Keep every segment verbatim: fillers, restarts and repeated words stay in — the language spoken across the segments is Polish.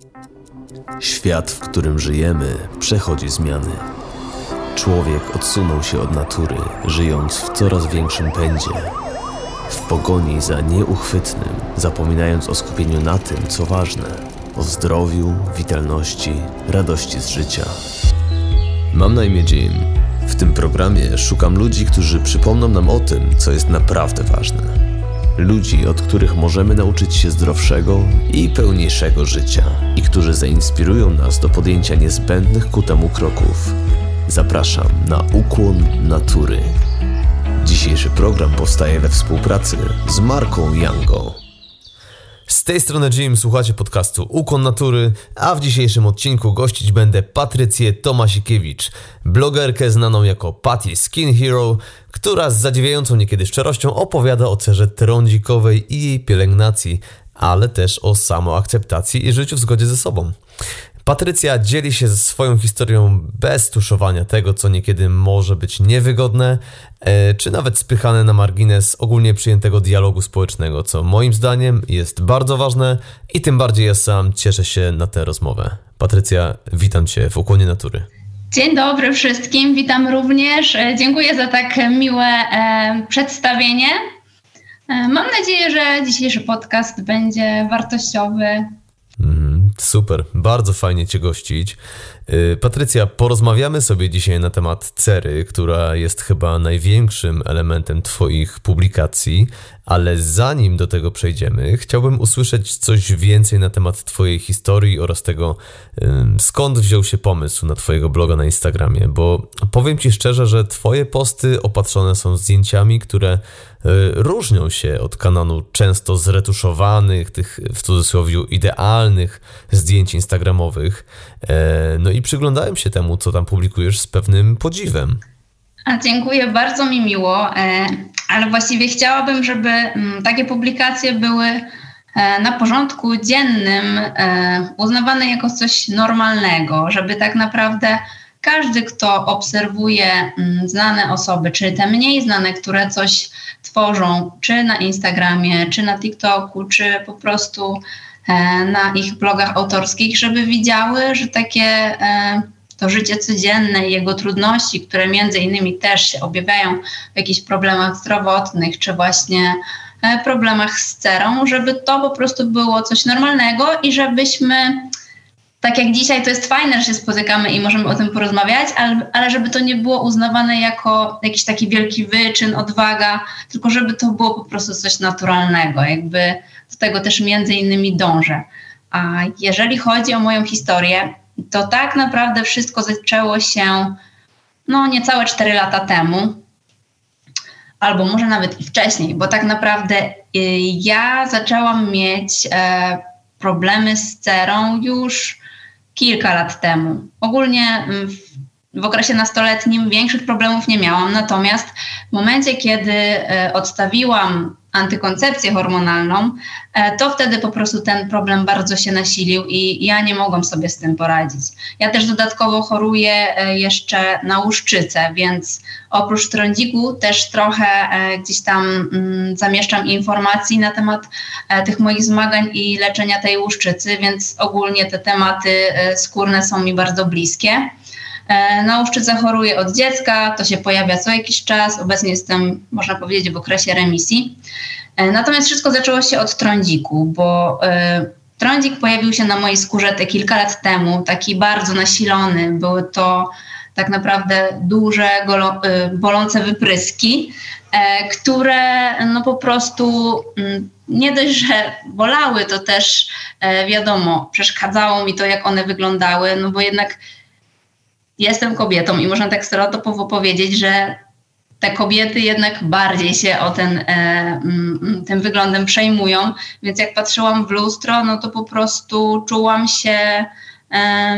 Świat, w którym żyjemy, przechodzi zmiany. Człowiek odsunął się od natury, żyjąc w coraz większym pędzie. W pogoni za nieuchwytnym, zapominając o skupieniu na tym, co ważne, o zdrowiu, witalności, radości z życia. Mam na imię Jim. W tym programie szukam ludzi, którzy przypomną nam o tym, co jest naprawdę ważne. Ludzi, od których możemy nauczyć się zdrowszego i pełniejszego życia i którzy zainspirują nas do podjęcia niezbędnych ku temu kroków. Zapraszam na Ukłon Natury. Dzisiejszy program powstaje we współpracy z marką Yango. Z tej strony Jim, słuchacie podcastu Ukłon Natury, a w dzisiejszym odcinku gościć będę Patrycję Tomasikiewicz, blogerkę znaną jako Patty Skin Hero, która z zadziwiającą niekiedy szczerością opowiada o cerze trądzikowej i jej pielęgnacji, ale też o samoakceptacji i życiu w zgodzie ze sobą. Patrycja dzieli się ze swoją historią bez tuszowania tego, co niekiedy może być niewygodne, e, czy nawet spychane na margines ogólnie przyjętego dialogu społecznego, co moim zdaniem jest bardzo ważne i tym bardziej ja sam cieszę się na tę rozmowę. Patrycja, witam Cię w Ukłonie Natury. Dzień dobry wszystkim, witam również. Dziękuję za tak miłe e, przedstawienie. E, mam nadzieję, że dzisiejszy podcast będzie wartościowy. Mm, super, bardzo fajnie Cię gościć. Yy, Patrycja, porozmawiamy sobie dzisiaj na temat cery, która jest chyba największym elementem Twoich publikacji, ale zanim do tego przejdziemy, chciałbym usłyszeć coś więcej na temat Twojej historii oraz tego, yy, skąd wziął się pomysł na Twojego bloga na Instagramie, bo powiem Ci szczerze, że Twoje posty opatrzone są zdjęciami, które różnią się od kanonu często zretuszowanych, tych w cudzysłowie idealnych zdjęć instagramowych. No i przyglądałem się temu, co tam publikujesz z pewnym podziwem. A dziękuję, bardzo mi miło, ale właściwie chciałabym, żeby takie publikacje były na porządku dziennym, uznawane jako coś normalnego, żeby tak naprawdę każdy, kto obserwuje znane osoby, czy te mniej znane, które coś tworzą, czy na Instagramie, czy na TikToku, czy po prostu na ich blogach autorskich, żeby widziały, że takie to życie codzienne i jego trudności, które między innymi też się objawiają w jakichś problemach zdrowotnych, czy właśnie problemach z cerą, żeby to po prostu było coś normalnego i żebyśmy... Tak jak dzisiaj to jest fajne, że się spotykamy i możemy o tym porozmawiać, ale, ale żeby to nie było uznawane jako jakiś taki wielki wyczyn, odwaga, tylko żeby to było po prostu coś naturalnego. Jakby do tego też między innymi dążę. A jeżeli chodzi o moją historię, to tak naprawdę wszystko zaczęło się no niecałe cztery lata temu, albo może nawet i wcześniej, bo tak naprawdę y, ja zaczęłam mieć e, problemy z cerą już kilka lat temu. Ogólnie w, w okresie nastoletnim większych problemów nie miałam, natomiast w momencie, kiedy e, odstawiłam antykoncepcję hormonalną, e, to wtedy po prostu ten problem bardzo się nasilił i ja nie mogłam sobie z tym poradzić. Ja też dodatkowo choruję e, jeszcze na łuszczycę, więc oprócz trądziku też trochę e, gdzieś tam mm, zamieszczam informacji na temat e, tych moich zmagań i leczenia tej łuszczycy, więc ogólnie te tematy e, skórne są mi bardzo bliskie. Na łuszczycę choruję od dziecka, to się pojawia co jakiś czas, obecnie jestem, można powiedzieć, w okresie remisji. Natomiast wszystko zaczęło się od trądziku, bo y, trądzik pojawił się na mojej skórze te kilka lat temu, taki bardzo nasilony. Były to tak naprawdę duże, golo, y, bolące wypryski, y, które no po prostu y, nie dość, że bolały, to też y, wiadomo, przeszkadzało mi to, jak one wyglądały, no bo jednak jestem kobietą i można tak stereotypowo powiedzieć, że te kobiety jednak bardziej się o ten, e, m, tym wyglądem przejmują, więc jak patrzyłam w lustro, no to po prostu czułam się, e,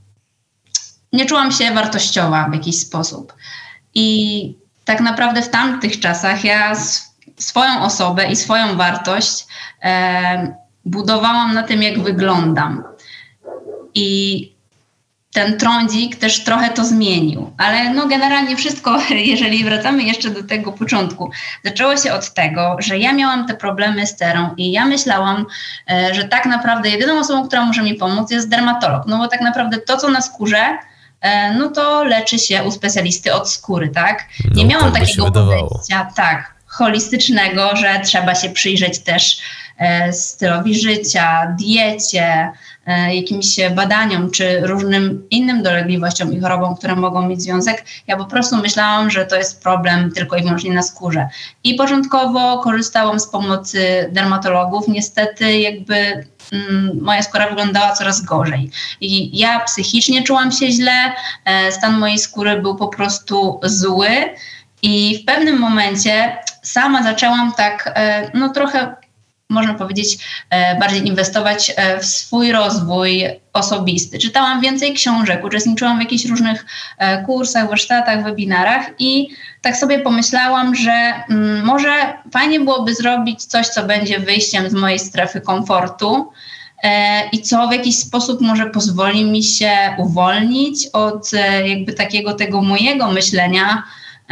nie czułam się wartościowa w jakiś sposób. I tak naprawdę w tamtych czasach ja sw- swoją osobę i swoją wartość e, budowałam na tym, jak wyglądam. I ten trądzik też trochę to zmienił. Ale no generalnie wszystko, jeżeli wracamy jeszcze do tego początku, zaczęło się od tego, że ja miałam te problemy z cerą i ja myślałam, że tak naprawdę jedyną osobą, która może mi pomóc, jest dermatolog. No bo tak naprawdę to, co na skórze, no to leczy się u specjalisty od skóry, tak? Nie no, miałam tak takiego podejścia, tak, holistycznego, że trzeba się przyjrzeć też e, stylowi życia, diecie, e, jakimś badaniom czy różnym innym dolegliwościom i chorobom, które mogą mieć związek. Ja po prostu myślałam, że to jest problem tylko i wyłącznie na skórze. I początkowo korzystałam z pomocy dermatologów. Niestety jakby mm, moja skóra wyglądała coraz gorzej. I ja psychicznie czułam się źle, e, stan mojej skóry był po prostu zły. I w pewnym momencie sama zaczęłam tak, no trochę, można powiedzieć, bardziej inwestować w swój rozwój osobisty. Czytałam więcej książek, uczestniczyłam w jakichś różnych kursach, warsztatach, webinarach i tak sobie pomyślałam, że może fajnie byłoby zrobić coś, co będzie wyjściem z mojej strefy komfortu i co w jakiś sposób może pozwoli mi się uwolnić od jakby takiego tego mojego myślenia,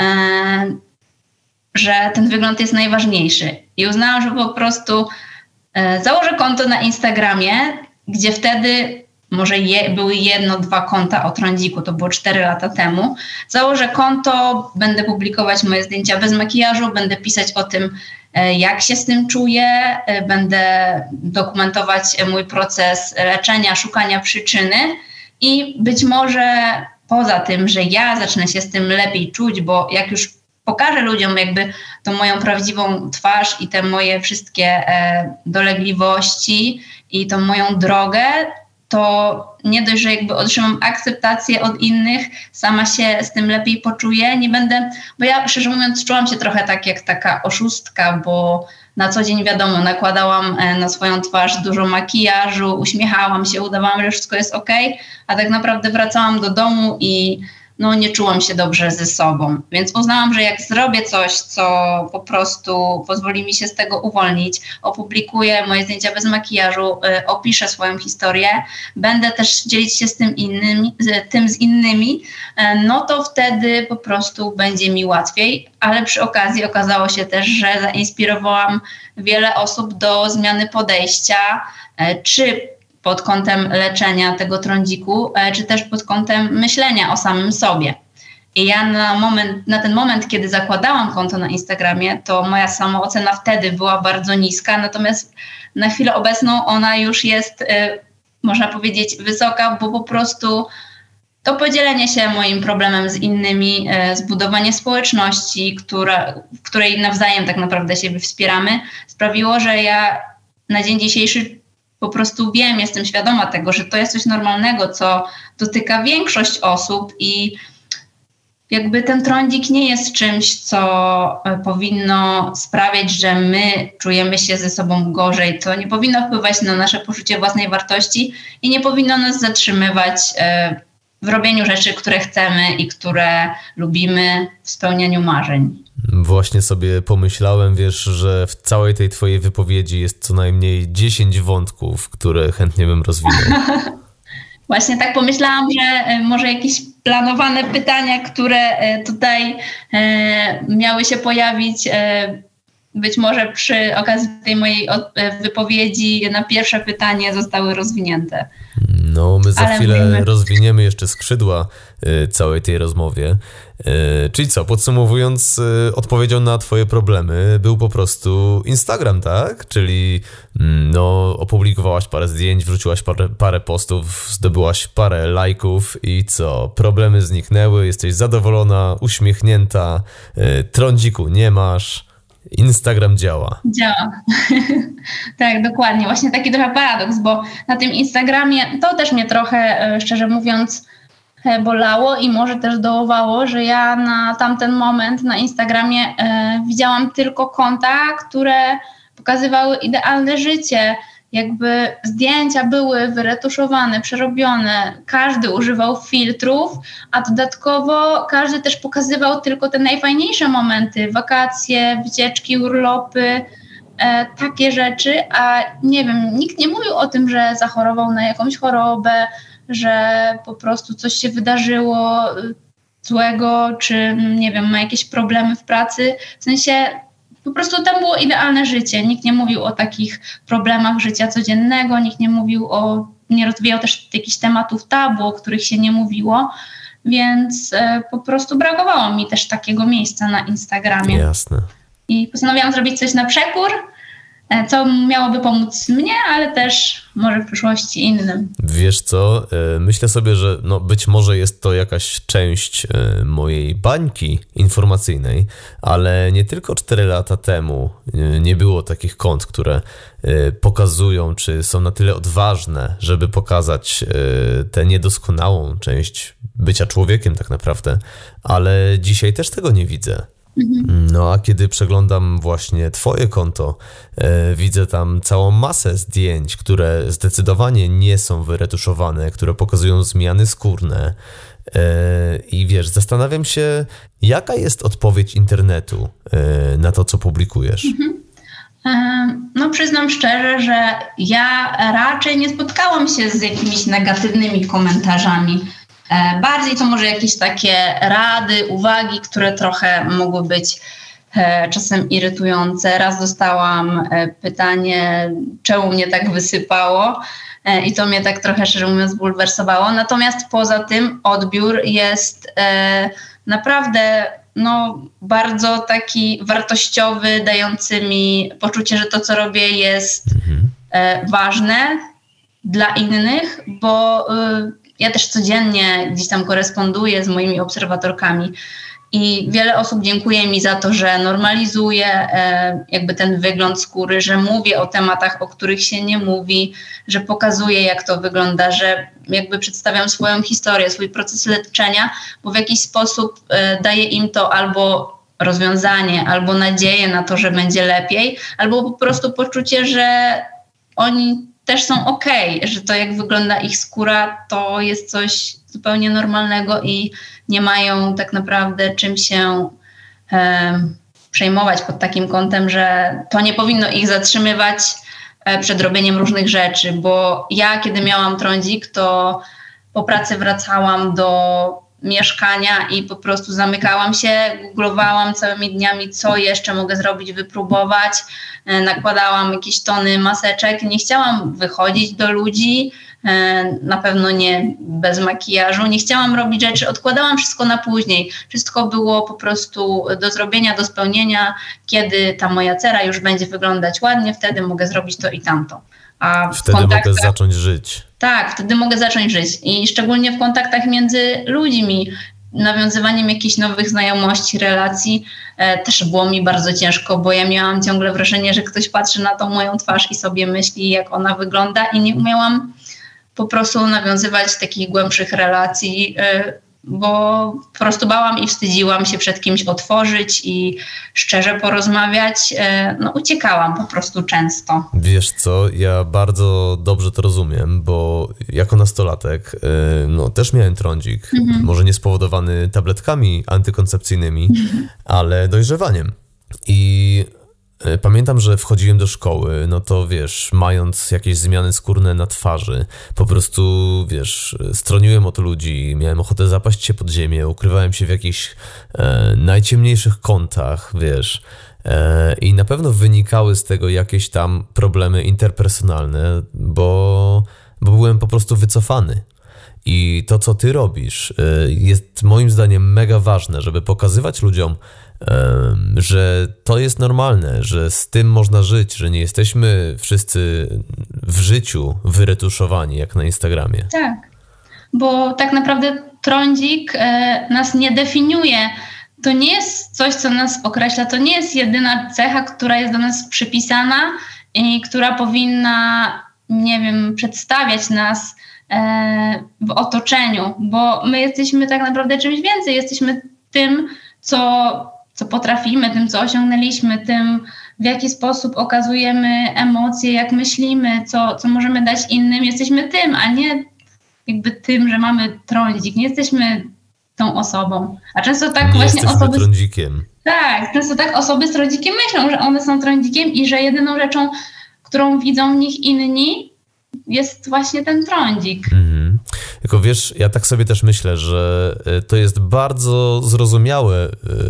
że ten wygląd jest najważniejszy. I uznałam, że po prostu założę konto na Instagramie, gdzie wtedy może je, były jedno, dwa konta o trądziku, to było cztery lata temu. Założę konto, będę publikować moje zdjęcia bez makijażu, będę pisać o tym, jak się z tym czuję, będę dokumentować mój proces leczenia, szukania przyczyny i być może poza tym, że ja zacznę się z tym lepiej czuć, bo jak już pokażę ludziom jakby tą moją prawdziwą twarz i te moje wszystkie e, dolegliwości i tą moją drogę, to nie dość, że jakby otrzymam akceptację od innych, sama się z tym lepiej poczuję, nie będę, bo ja szczerze mówiąc czułam się trochę tak jak taka oszustka, bo na co dzień wiadomo, nakładałam na swoją twarz dużo makijażu, uśmiechałam się, udawałam, że wszystko jest okej, a tak naprawdę wracałam do domu i no nie czułam się dobrze ze sobą. Więc uznałam, że jak zrobię coś, co po prostu pozwoli mi się z tego uwolnić, opublikuję moje zdjęcia bez makijażu, y, opiszę swoją historię, będę też dzielić się z tym, innymi, z tym z innymi, y, no to wtedy po prostu będzie mi łatwiej. Ale przy okazji okazało się też, że zainspirowałam wiele osób do zmiany podejścia, y, czy pod kątem leczenia tego trądziku, czy też pod kątem myślenia o samym sobie. I ja na moment, na ten moment, kiedy zakładałam konto na Instagramie, to moja samoocena wtedy była bardzo niska, natomiast na chwilę obecną ona już jest, można powiedzieć, wysoka, bo po prostu to podzielenie się moim problemem z innymi, zbudowanie społeczności, która, w której nawzajem tak naprawdę siebie wspieramy, sprawiło, że ja na dzień dzisiejszy po prostu wiem, jestem świadoma tego, że to jest coś normalnego, co dotyka większość osób i jakby ten trądzik nie jest czymś, co powinno sprawiać, że my czujemy się ze sobą gorzej. To nie powinno wpływać na nasze poczucie własnej wartości i nie powinno nas zatrzymywać w robieniu rzeczy, które chcemy i które lubimy, w spełnianiu marzeń. Właśnie sobie pomyślałem, wiesz, że w całej tej twojej wypowiedzi jest co najmniej dziesięć wątków, które chętnie bym rozwinął. Właśnie tak pomyślałam, że może jakieś planowane pytania, które tutaj miały się pojawić, być może przy okazji tej mojej wypowiedzi na pierwsze pytanie zostały rozwinięte. No, my za Ale chwilę mówimy... rozwiniemy jeszcze skrzydła y, całej tej rozmowie. Y, czyli co, podsumowując, y, odpowiedzią na twoje problemy był po prostu Instagram, tak? Czyli mm, no, opublikowałaś parę zdjęć, wrzuciłaś parę, parę postów, zdobyłaś parę lajków i co? Problemy zniknęły, jesteś zadowolona, uśmiechnięta, y, trądziku nie masz. Instagram działa. Działa. Tak, dokładnie. Właśnie taki trochę paradoks, bo na tym Instagramie to też mnie trochę, szczerze mówiąc, bolało i może też dołowało, że ja na tamten moment na Instagramie e, widziałam tylko konta, które pokazywały idealne życie. Jakby zdjęcia były wyretuszowane, przerobione, każdy używał filtrów, a dodatkowo każdy też pokazywał tylko te najfajniejsze momenty, wakacje, wycieczki, urlopy, e, takie rzeczy, a nie wiem, nikt nie mówił o tym, że zachorował na jakąś chorobę, że po prostu coś się wydarzyło złego, czy nie wiem, ma jakieś problemy w pracy. W sensie po prostu tam było idealne życie. Nikt nie mówił o takich problemach życia codziennego, nikt nie mówił o, nie rozwijał też jakichś tematów tabu, o których się nie mówiło, więc e, po prostu brakowało mi też takiego miejsca na Instagramie. Jasne. I postanowiłam zrobić coś na przekór, e, co miałoby pomóc mnie, ale też może w przyszłości innym. Wiesz co, myślę sobie, że no być może jest to jakaś część mojej bańki informacyjnej, ale nie tylko cztery lata temu nie było takich kont, które pokazują, czy są na tyle odważne, żeby pokazać tę niedoskonałą część bycia człowiekiem tak naprawdę, ale dzisiaj też tego nie widzę. No a kiedy przeglądam właśnie twoje konto, e, widzę tam całą masę zdjęć, które zdecydowanie nie są wyretuszowane, które pokazują zmiany skórne e, i wiesz, zastanawiam się, jaka jest odpowiedź internetu e, na to, co publikujesz. Mhm. No przyznam szczerze, że ja raczej nie spotkałam się z jakimiś negatywnymi komentarzami. Bardziej to może jakieś takie rady, uwagi, które trochę mogły być czasem irytujące. Raz dostałam pytanie, czemu mnie tak wysypało i to mnie tak trochę, szczerze mówiąc, bulwersowało. Natomiast poza tym odbiór jest naprawdę no, bardzo taki wartościowy, dający mi poczucie, że to, co robię, jest mhm. ważne dla innych, bo ja też codziennie gdzieś tam koresponduję z moimi obserwatorkami i wiele osób dziękuje mi za to, że normalizuję e, jakby ten wygląd skóry, że mówię o tematach, o których się nie mówi, że pokazuję, jak to wygląda, że jakby przedstawiam swoją historię, swój proces leczenia, bo w jakiś sposób e, daję im to albo rozwiązanie, albo nadzieję na to, że będzie lepiej, albo po prostu poczucie, że oni też są okej, okay, że to, jak wygląda ich skóra, to jest coś zupełnie normalnego i nie mają tak naprawdę czym się e, przejmować pod takim kątem, że to nie powinno ich zatrzymywać e, przed robieniem różnych rzeczy, bo ja, kiedy miałam trądzik, to po pracy wracałam do mieszkania i po prostu zamykałam się, googlowałam całymi dniami, co jeszcze mogę zrobić, wypróbować, nakładałam jakieś tony maseczek, nie chciałam wychodzić do ludzi, na pewno nie bez makijażu, nie chciałam robić rzeczy, odkładałam wszystko na później, wszystko było po prostu do zrobienia, do spełnienia, kiedy ta moja cera już będzie wyglądać ładnie, wtedy mogę zrobić to i tamto. A wtedy kontaktach... mogę zacząć żyć. Tak, wtedy mogę zacząć żyć i szczególnie w kontaktach między ludźmi, nawiązywaniem jakichś nowych znajomości, relacji e, też było mi bardzo ciężko, bo ja miałam ciągle wrażenie, że ktoś patrzy na tą moją twarz i sobie myśli, jak ona wygląda i nie umiałam po prostu nawiązywać takich głębszych relacji, e, bo po prostu bałam i wstydziłam się przed kimś otworzyć i szczerze porozmawiać. No uciekałam po prostu często. Wiesz co, ja bardzo dobrze to rozumiem, bo jako nastolatek no, też miałem trądzik. Mhm. Może nie spowodowany tabletkami antykoncepcyjnymi, mhm. ale dojrzewaniem. I pamiętam, że wchodziłem do szkoły, no to wiesz, mając jakieś zmiany skórne na twarzy, po prostu, wiesz, stroniłem od ludzi, miałem ochotę zapaść się pod ziemię, ukrywałem się w jakichś e, najciemniejszych kątach, wiesz, e, i na pewno wynikały z tego jakieś tam problemy interpersonalne, bo, bo byłem po prostu wycofany. I to, co ty robisz, jest moim zdaniem mega ważne, żeby pokazywać ludziom, że to jest normalne, że z tym można żyć, że nie jesteśmy wszyscy w życiu wyretuszowani jak na Instagramie. Tak, bo tak naprawdę trądzik nas nie definiuje. To nie jest coś, co nas określa, to nie jest jedyna cecha, która jest do nas przypisana i która powinna, nie wiem, przedstawiać nas w otoczeniu, bo my jesteśmy tak naprawdę czymś więcej, jesteśmy tym, co, co potrafimy, tym, co osiągnęliśmy, tym, w jaki sposób okazujemy emocje, jak myślimy, co, co możemy dać innym. Jesteśmy tym, a nie jakby tym, że mamy trądzik. Nie jesteśmy tą osobą. A często tak nie właśnie jesteśmy osoby... trądzikiem. Tak, często tak osoby z trądzikiem myślą, że one są trądzikiem i że jedyną rzeczą, którą widzą w nich inni, jest właśnie ten trądzik. Mhm. Tylko wiesz, ja tak sobie też myślę, że to jest bardzo zrozumiałe,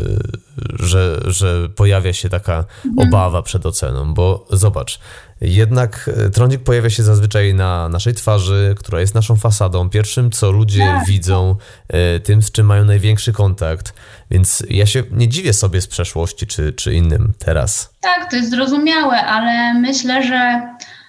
że, że pojawia się taka mhm. obawa przed oceną, bo zobacz, jednak trądzik pojawia się zazwyczaj na naszej twarzy, która jest naszą fasadą, pierwszym, co ludzie tak. widzą, tym, z czym mają największy kontakt, więc ja się nie dziwię sobie z przeszłości czy, czy innym teraz. Tak, to jest zrozumiałe, ale myślę, że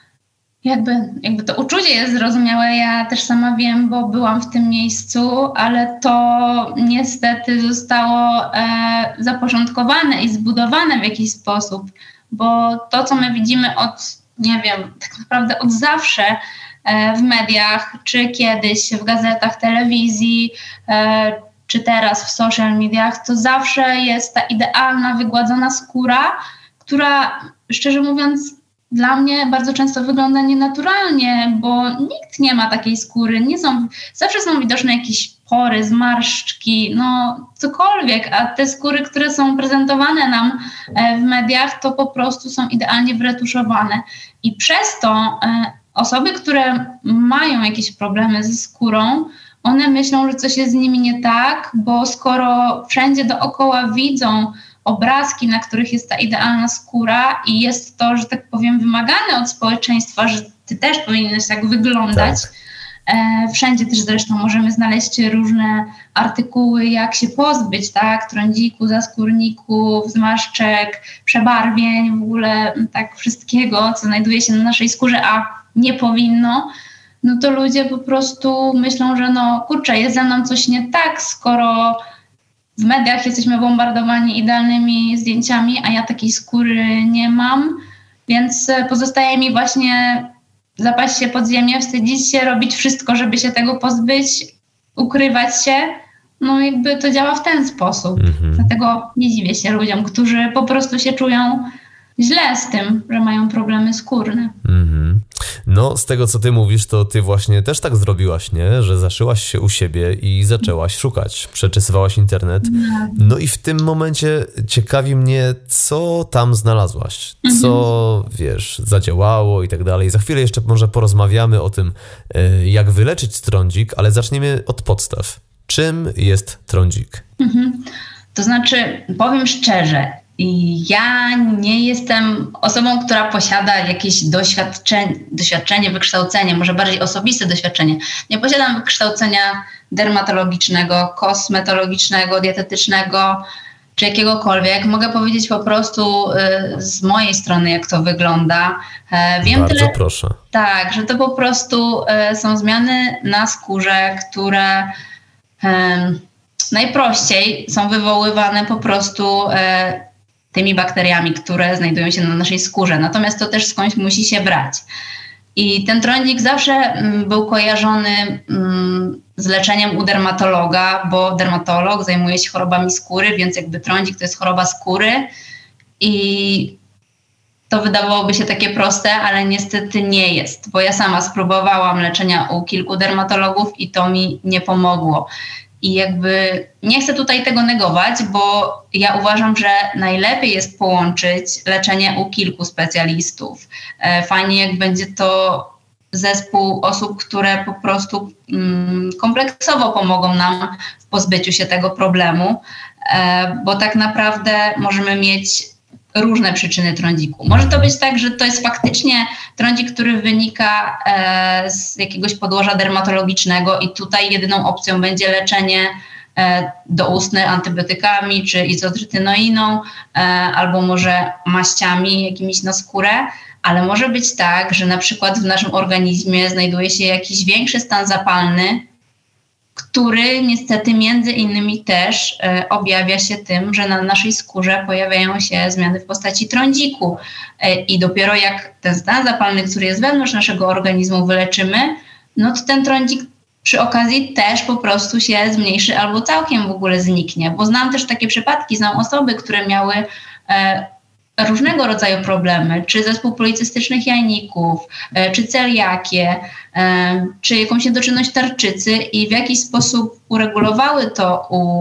Jakby, jakby to uczucie jest zrozumiałe, ja też sama wiem, bo byłam w tym miejscu, ale to niestety zostało e, zaporządkowane i zbudowane w jakiś sposób, bo to, co my widzimy od, nie wiem, tak naprawdę od zawsze e, w mediach, czy kiedyś w gazetach, telewizji, e, czy teraz w social mediach, to zawsze jest ta idealna, wygładzona skóra, która, szczerze mówiąc, dla mnie bardzo często wygląda nienaturalnie, bo nikt nie ma takiej skóry. Nie są, zawsze są widoczne jakieś pory, zmarszczki, no cokolwiek, a te skóry, które są prezentowane nam w mediach, to po prostu są idealnie wyretuszowane. I przez to e, osoby, które mają jakieś problemy ze skórą, one myślą, że coś jest z nimi nie tak, bo skoro wszędzie dookoła widzą obrazki, na których jest ta idealna skóra i jest to, że tak powiem, wymagane od społeczeństwa, że ty też powinieneś tak wyglądać. Tak. E, wszędzie też zresztą możemy znaleźć różne artykuły, jak się pozbyć, tak, trądziku, zaskórników, zmarszczek, przebarwień, w ogóle tak wszystkiego, co znajduje się na naszej skórze, a nie powinno. No to ludzie po prostu myślą, że no kurczę, jest ze mną coś nie tak, skoro w mediach jesteśmy bombardowani idealnymi zdjęciami, a ja takiej skóry nie mam, więc pozostaje mi właśnie zapaść się pod ziemię, wstydzić się, robić wszystko, żeby się tego pozbyć, ukrywać się. No jakby to działa w ten sposób. Mhm. Dlatego nie dziwię się ludziom, którzy po prostu się czują źle z tym, że mają problemy skórne. Mhm. No, z tego, co ty mówisz, to ty właśnie też tak zrobiłaś, nie? Że zaszyłaś się u siebie i zaczęłaś szukać. Przeczesywałaś internet. No i w tym momencie ciekawi mnie, co tam znalazłaś. Co, mhm. wiesz, zadziałało i tak dalej. Za chwilę jeszcze może porozmawiamy o tym, jak wyleczyć trądzik, ale zaczniemy od podstaw. Czym jest trądzik? Mhm. To znaczy, powiem szczerze, ja nie jestem osobą, która posiada jakieś doświadczenie, doświadczenie, wykształcenie, może bardziej osobiste doświadczenie. Nie posiadam wykształcenia dermatologicznego, kosmetologicznego, dietetycznego czy jakiegokolwiek. Mogę powiedzieć po prostu z mojej strony, jak to wygląda. Wiem Bardzo tyle, proszę. Tak, że to po prostu są zmiany na skórze, które najprościej są wywoływane po prostu tymi bakteriami, które znajdują się na naszej skórze. Natomiast to też skądś musi się brać. I ten trądzik zawsze był kojarzony z leczeniem u dermatologa, bo dermatolog zajmuje się chorobami skóry, więc jakby trądzik to jest choroba skóry i to wydawałoby się takie proste, ale niestety nie jest, bo ja sama spróbowałam leczenia u kilku dermatologów i to mi nie pomogło. I jakby nie chcę tutaj tego negować, bo ja uważam, że najlepiej jest połączyć leczenie u kilku specjalistów. Fajnie, jak będzie to zespół osób, które po prostu mm, kompleksowo pomogą nam w pozbyciu się tego problemu, bo tak naprawdę możemy mieć różne przyczyny trądziku. Może to być tak, że to jest faktycznie trądzik, który wynika e, z jakiegoś podłoża dermatologicznego i tutaj jedyną opcją będzie leczenie e, doustne antybiotykami czy izotrytynoiną e, albo może maściami jakimiś na skórę, ale może być tak, że na przykład w naszym organizmie znajduje się jakiś większy stan zapalny, który niestety między innymi też e, objawia się tym, że na naszej skórze pojawiają się zmiany w postaci trądziku. E, I dopiero jak ten stan zapalny, który jest wewnątrz naszego organizmu, wyleczymy, no to ten trądzik przy okazji też po prostu się zmniejszy albo całkiem w ogóle zniknie. Bo znam też takie przypadki, znam osoby, które miały e, różnego rodzaju problemy, czy zespół policystycznych jajników, czy celiakię, czy jakąś niedoczynność tarczycy i w jakiś sposób uregulowały to u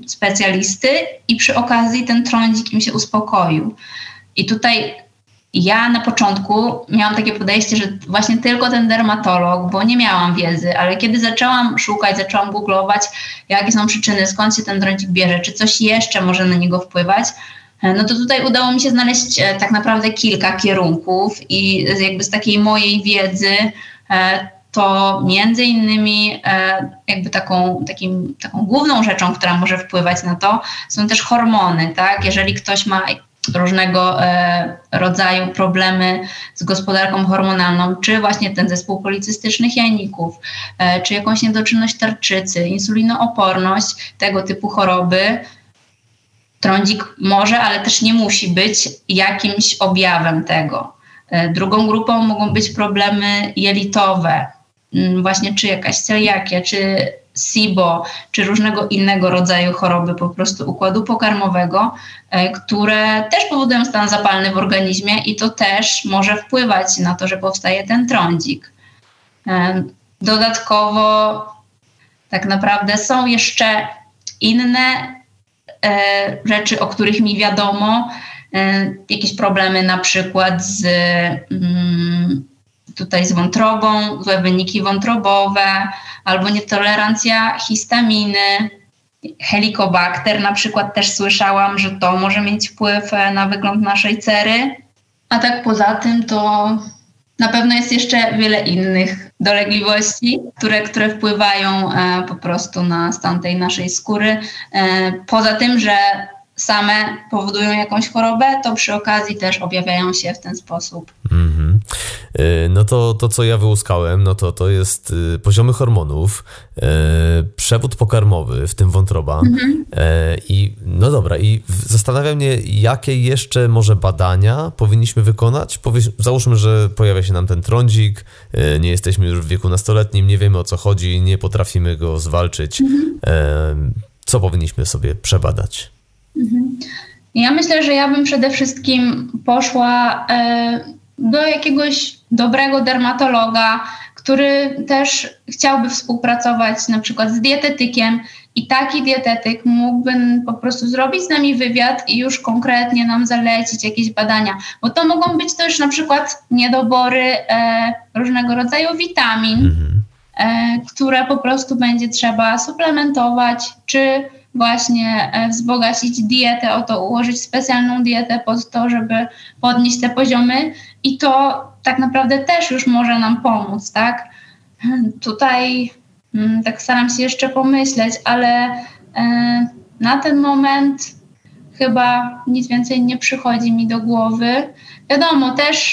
specjalisty i przy okazji ten trądzik im się uspokoił. I tutaj ja na początku miałam takie podejście, że właśnie tylko ten dermatolog, bo nie miałam wiedzy, ale kiedy zaczęłam szukać, zaczęłam googlować, jakie są przyczyny, skąd się ten trądzik bierze, czy coś jeszcze może na niego wpływać, no to tutaj udało mi się znaleźć tak naprawdę kilka kierunków i jakby z takiej mojej wiedzy to między innymi jakby taką, takim, taką główną rzeczą, która może wpływać na to, są też hormony, tak? Jeżeli ktoś ma różnego e, rodzaju problemy z gospodarką hormonalną, czy właśnie ten zespół policystycznych jajników, e, czy jakąś niedoczynność tarczycy, insulinooporność, tego typu choroby, trądzik może, ale też nie musi być jakimś objawem tego. E, drugą grupą mogą być problemy jelitowe, m, właśnie czy jakaś celiakia, czy SIBO, czy różnego innego rodzaju choroby po prostu układu pokarmowego, które też powodują stan zapalny w organizmie i to też może wpływać na to, że powstaje ten trądzik. Dodatkowo tak naprawdę są jeszcze inne rzeczy, o których mi wiadomo, jakieś problemy na przykład z tutaj z wątrobą, złe wyniki wątrobowe, albo nietolerancja histaminy, helikobakter na przykład też słyszałam, że to może mieć wpływ na wygląd naszej cery. A tak poza tym to na pewno jest jeszcze wiele innych dolegliwości, które, które wpływają e, po prostu na stan tej naszej skóry. E, poza tym, że same powodują jakąś chorobę, to przy okazji też objawiają się w ten sposób. Mm-hmm. No to, to, co ja wyłuskałem, no to to jest poziomy hormonów, e, przewód pokarmowy, w tym wątroba. Mm-hmm. E, I no dobra, i zastanawia mnie, jakie jeszcze może badania powinniśmy wykonać? Powiedz, załóżmy, że pojawia się nam ten trądzik, e, nie jesteśmy już w wieku nastoletnim, nie wiemy, o co chodzi, nie potrafimy go zwalczyć. Mm-hmm. E, co powinniśmy sobie przebadać? Ja myślę, że ja bym przede wszystkim poszła e, do jakiegoś dobrego dermatologa, który też chciałby współpracować na przykład z dietetykiem i taki dietetyk mógłby po prostu zrobić z nami wywiad i już konkretnie nam zalecić jakieś badania, bo to mogą być też na przykład niedobory e, różnego rodzaju witamin, mhm. e, które po prostu będzie trzeba suplementować, czy właśnie wzbogacić dietę, o to ułożyć specjalną dietę pod to, żeby podnieść te poziomy i to tak naprawdę też już może nam pomóc, tak? Tutaj tak staram się jeszcze pomyśleć, ale na ten moment chyba nic więcej nie przychodzi mi do głowy. Wiadomo, też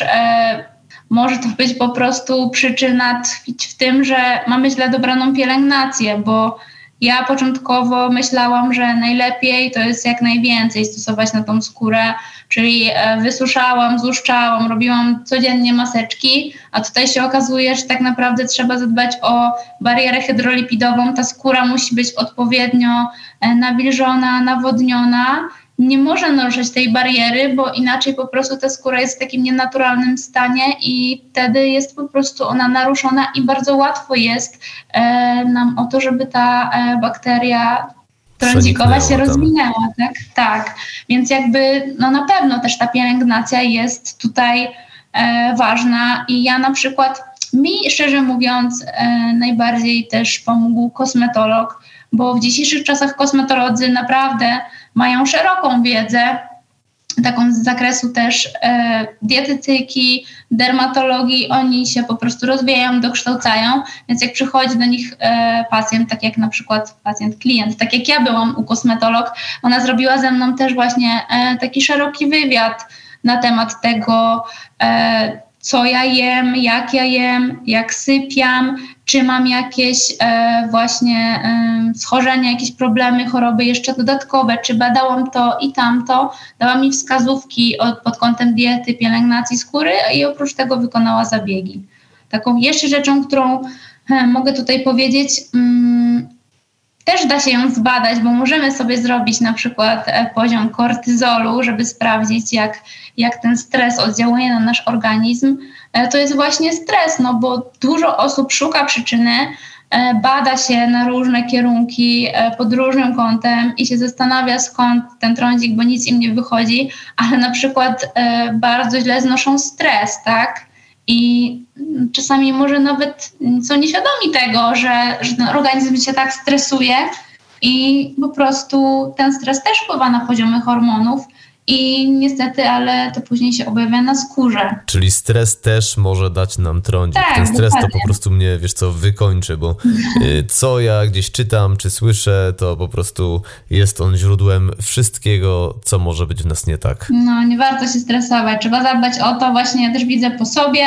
może to być po prostu przyczyna tkwić w tym, że mamy źle dobraną pielęgnację, bo ja początkowo myślałam, że najlepiej to jest jak najwięcej stosować na tą skórę, czyli wysuszałam, złuszczałam, robiłam codziennie maseczki, a tutaj się okazuje, że tak naprawdę trzeba zadbać o barierę hydrolipidową. Ta skóra musi być odpowiednio nawilżona, nawodniona. Nie może naruszać tej bariery, bo inaczej po prostu ta skóra jest w takim nienaturalnym stanie i wtedy jest po prostu ona naruszona i bardzo łatwo jest e, nam o to, żeby ta e, bakteria trądzikowa się rozwinęła. Tak? Tak, więc jakby no na pewno też ta pielęgnacja jest tutaj e, ważna i ja na przykład, mi szczerze mówiąc e, najbardziej też pomógł kosmetolog, bo w dzisiejszych czasach kosmetolodzy naprawdę mają szeroką wiedzę, taką z zakresu też e, dietetyki, dermatologii, oni się po prostu rozwijają, dokształcają, więc jak przychodzi do nich e, pacjent, tak jak na przykład pacjent, klient, tak jak ja byłam u kosmetolog, ona zrobiła ze mną też właśnie e, taki szeroki wywiad na temat tego, e, co ja jem, jak ja jem, jak sypiam, czy mam jakieś e, właśnie e, schorzenia, jakieś problemy, choroby jeszcze dodatkowe, czy badałam to i tamto, dała mi wskazówki od, pod kątem diety, pielęgnacji skóry i oprócz tego wykonała zabiegi. Taką jeszcze rzeczą, którą e, mogę tutaj powiedzieć, mm, też da się ją zbadać, bo możemy sobie zrobić na przykład e, poziom kortyzolu, żeby sprawdzić, jak, jak ten stres oddziałuje na nasz organizm. E, to jest właśnie stres, no bo dużo osób szuka przyczyny bada się na różne kierunki pod różnym kątem i się zastanawia, skąd ten trądzik, bo nic im nie wychodzi, ale na przykład bardzo źle znoszą stres, tak? I czasami może nawet są nieświadomi tego, że, że ten organizm się tak stresuje i po prostu ten stres też wpływa na poziomy hormonów. I niestety, ale to później się objawia na skórze. Czyli stres też może dać nam trądzik. Tak, ten stres dokładnie. To po prostu mnie, wiesz co, wykończy, bo y, co ja gdzieś czytam czy słyszę, to po prostu jest on źródłem wszystkiego, co może być w nas nie tak. No, nie warto się stresować. Trzeba zadbać o to. Właśnie ja też widzę po sobie,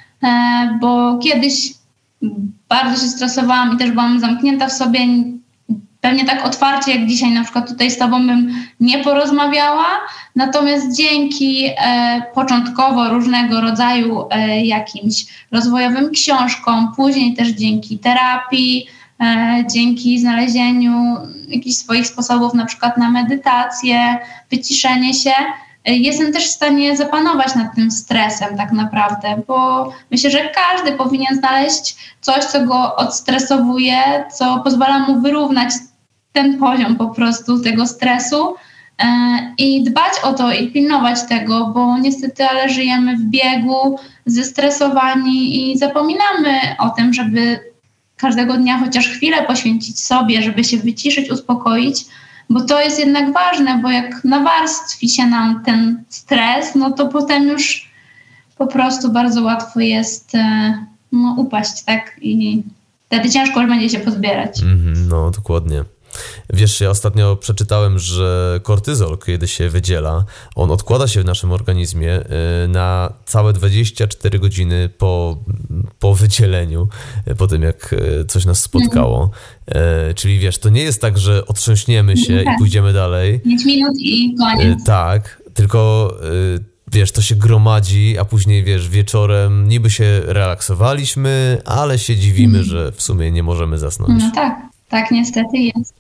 e, bo kiedyś bardzo się stresowałam i też byłam zamknięta w sobie. Pewnie tak otwarcie, jak dzisiaj na przykład tutaj z tobą bym nie porozmawiała, natomiast dzięki e, początkowo różnego rodzaju e, jakimś rozwojowym książkom, później też dzięki terapii, e, dzięki znalezieniu jakichś swoich sposobów, na przykład na medytację, wyciszenie się, e, jestem też w stanie zapanować nad tym stresem tak naprawdę, bo myślę, że każdy powinien znaleźć coś, co go odstresowuje, co pozwala mu wyrównać ten poziom po prostu tego stresu e, i dbać o to i pilnować tego, bo niestety, ale żyjemy w biegu, zestresowani i zapominamy o tym, żeby każdego dnia chociaż chwilę poświęcić sobie, żeby się wyciszyć, uspokoić, bo to jest jednak ważne, bo jak nawarstwi się nam ten stres, no to potem już po prostu bardzo łatwo jest e, no, upaść, tak? I wtedy ciężko już będzie się pozbierać. Mm, no, dokładnie. Wiesz, ja ostatnio przeczytałem, że kortyzol, kiedy się wydziela, on odkłada się w naszym organizmie na całe dwadzieścia cztery godziny po, po wydzieleniu, po tym jak coś nas spotkało. Mhm. Czyli wiesz, to nie jest tak, że otrząśniemy się mhm. i pójdziemy dalej. pięć minut i koniec. Tak, tylko wiesz, to się gromadzi, a później wiesz, wieczorem niby się relaksowaliśmy, ale się dziwimy, mhm. że w sumie nie możemy zasnąć. No tak, tak niestety jest.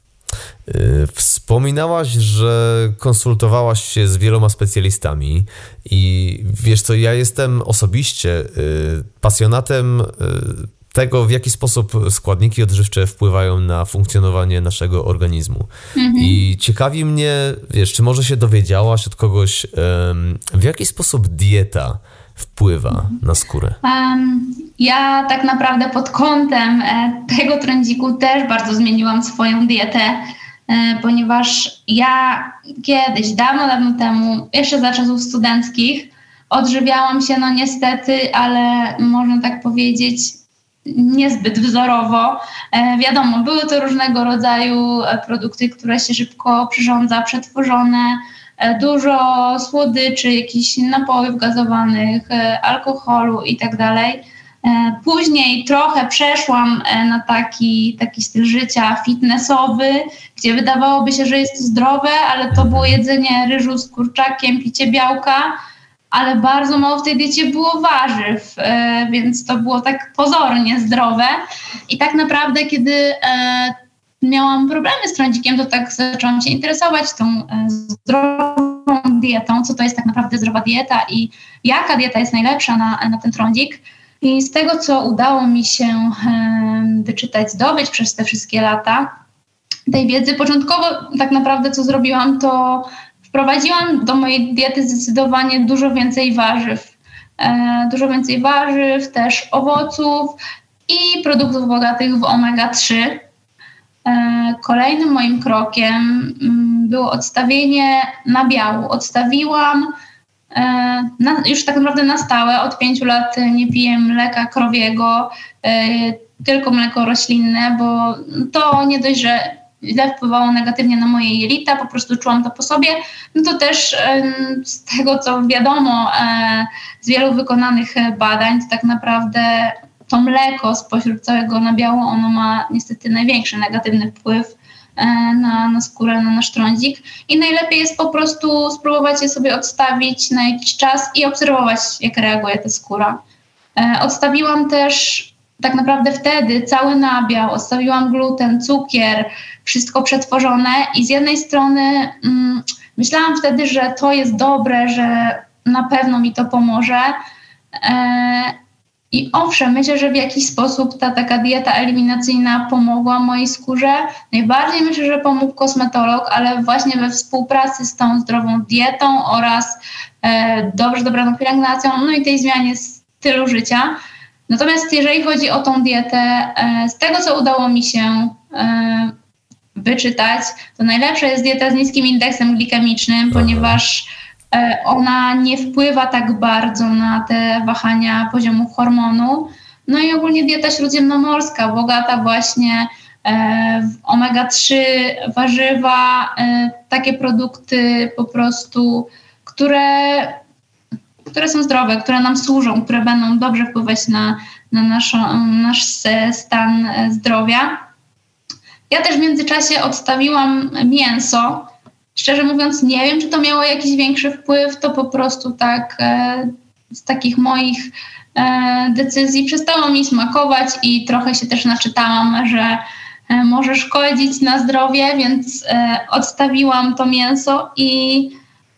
Wspominałaś, że konsultowałaś się z wieloma specjalistami i wiesz co, ja jestem osobiście pasjonatem tego, w jaki sposób składniki odżywcze wpływają na funkcjonowanie naszego organizmu. Mhm. I ciekawi mnie, wiesz, czy może się dowiedziałaś od kogoś, w jaki sposób dieta wpływa mhm. na skórę? Um, ja tak naprawdę pod kątem tego trądziku też bardzo zmieniłam swoją dietę, ponieważ ja kiedyś, dawno, dawno temu, jeszcze za czasów studenckich, odżywiałam się, no niestety, ale można tak powiedzieć, niezbyt wzorowo. E, wiadomo, były to różnego rodzaju produkty, które się szybko przyrządza, przetworzone, e, dużo słodyczy, jakichś napojów gazowanych, e, alkoholu i tak dalej. Później trochę przeszłam na taki, taki styl życia fitnessowy, gdzie wydawałoby się, że jest zdrowe, ale to było jedzenie ryżu z kurczakiem, picie białka, ale bardzo mało w tej diecie było warzyw, więc to było tak pozornie zdrowe. I tak naprawdę, kiedy miałam problemy z trądzikiem, to tak zaczęłam się interesować tą zdrową dietą, co to jest tak naprawdę zdrowa dieta i jaka dieta jest najlepsza na, na ten trądzik. I z tego, co udało mi się e, wyczytać, zdobyć przez te wszystkie lata tej wiedzy, początkowo tak naprawdę co zrobiłam, to wprowadziłam do mojej diety zdecydowanie dużo więcej warzyw. E, dużo więcej warzyw, też owoców i produktów bogatych w omega trzy. E, kolejnym moim krokiem m, było odstawienie nabiału. Odstawiłam Na, już tak naprawdę na stałe, od pięciu lat nie piję mleka krowiego, y, tylko mleko roślinne, bo to nie dość, że źle wpływało negatywnie na moje jelita, po prostu czułam to po sobie, no to też y, z tego, co wiadomo y, z wielu wykonanych badań, to tak naprawdę to mleko spośród całego nabiału, ono ma niestety największy negatywny wpływ Na, na skórę, na nasz trądzik i najlepiej jest po prostu spróbować je sobie odstawić na jakiś czas i obserwować, jak reaguje ta skóra. E, odstawiłam też tak naprawdę wtedy cały nabiał, odstawiłam gluten, cukier, wszystko przetworzone i z jednej strony mm, myślałam wtedy, że to jest dobre, że na pewno mi to pomoże, e, I owszem, myślę, że w jakiś sposób ta taka dieta eliminacyjna pomogła mojej skórze. Najbardziej myślę, że pomógł kosmetolog, ale właśnie we współpracy z tą zdrową dietą oraz e, dobrze dobraną pielęgnacją, no i tej zmianie stylu życia. Natomiast jeżeli chodzi o tą dietę, e, z tego co udało mi się e, wyczytać, to najlepsza jest dieta z niskim indeksem glikemicznym, Aha. ponieważ ona nie wpływa tak bardzo na te wahania poziomu hormonu. No i ogólnie dieta śródziemnomorska, bogata właśnie w omega trzy, warzywa, takie produkty po prostu, które, które są zdrowe, które nam służą, które będą dobrze wpływać na, na naszą, nasz stan zdrowia. Ja też w międzyczasie odstawiłam mięso. Szczerze mówiąc, nie wiem, czy to miało jakiś większy wpływ, to po prostu tak e, z takich moich e, decyzji przestało mi smakować i trochę się też naczytałam, że e, może szkodzić na zdrowie, więc e, odstawiłam to mięso i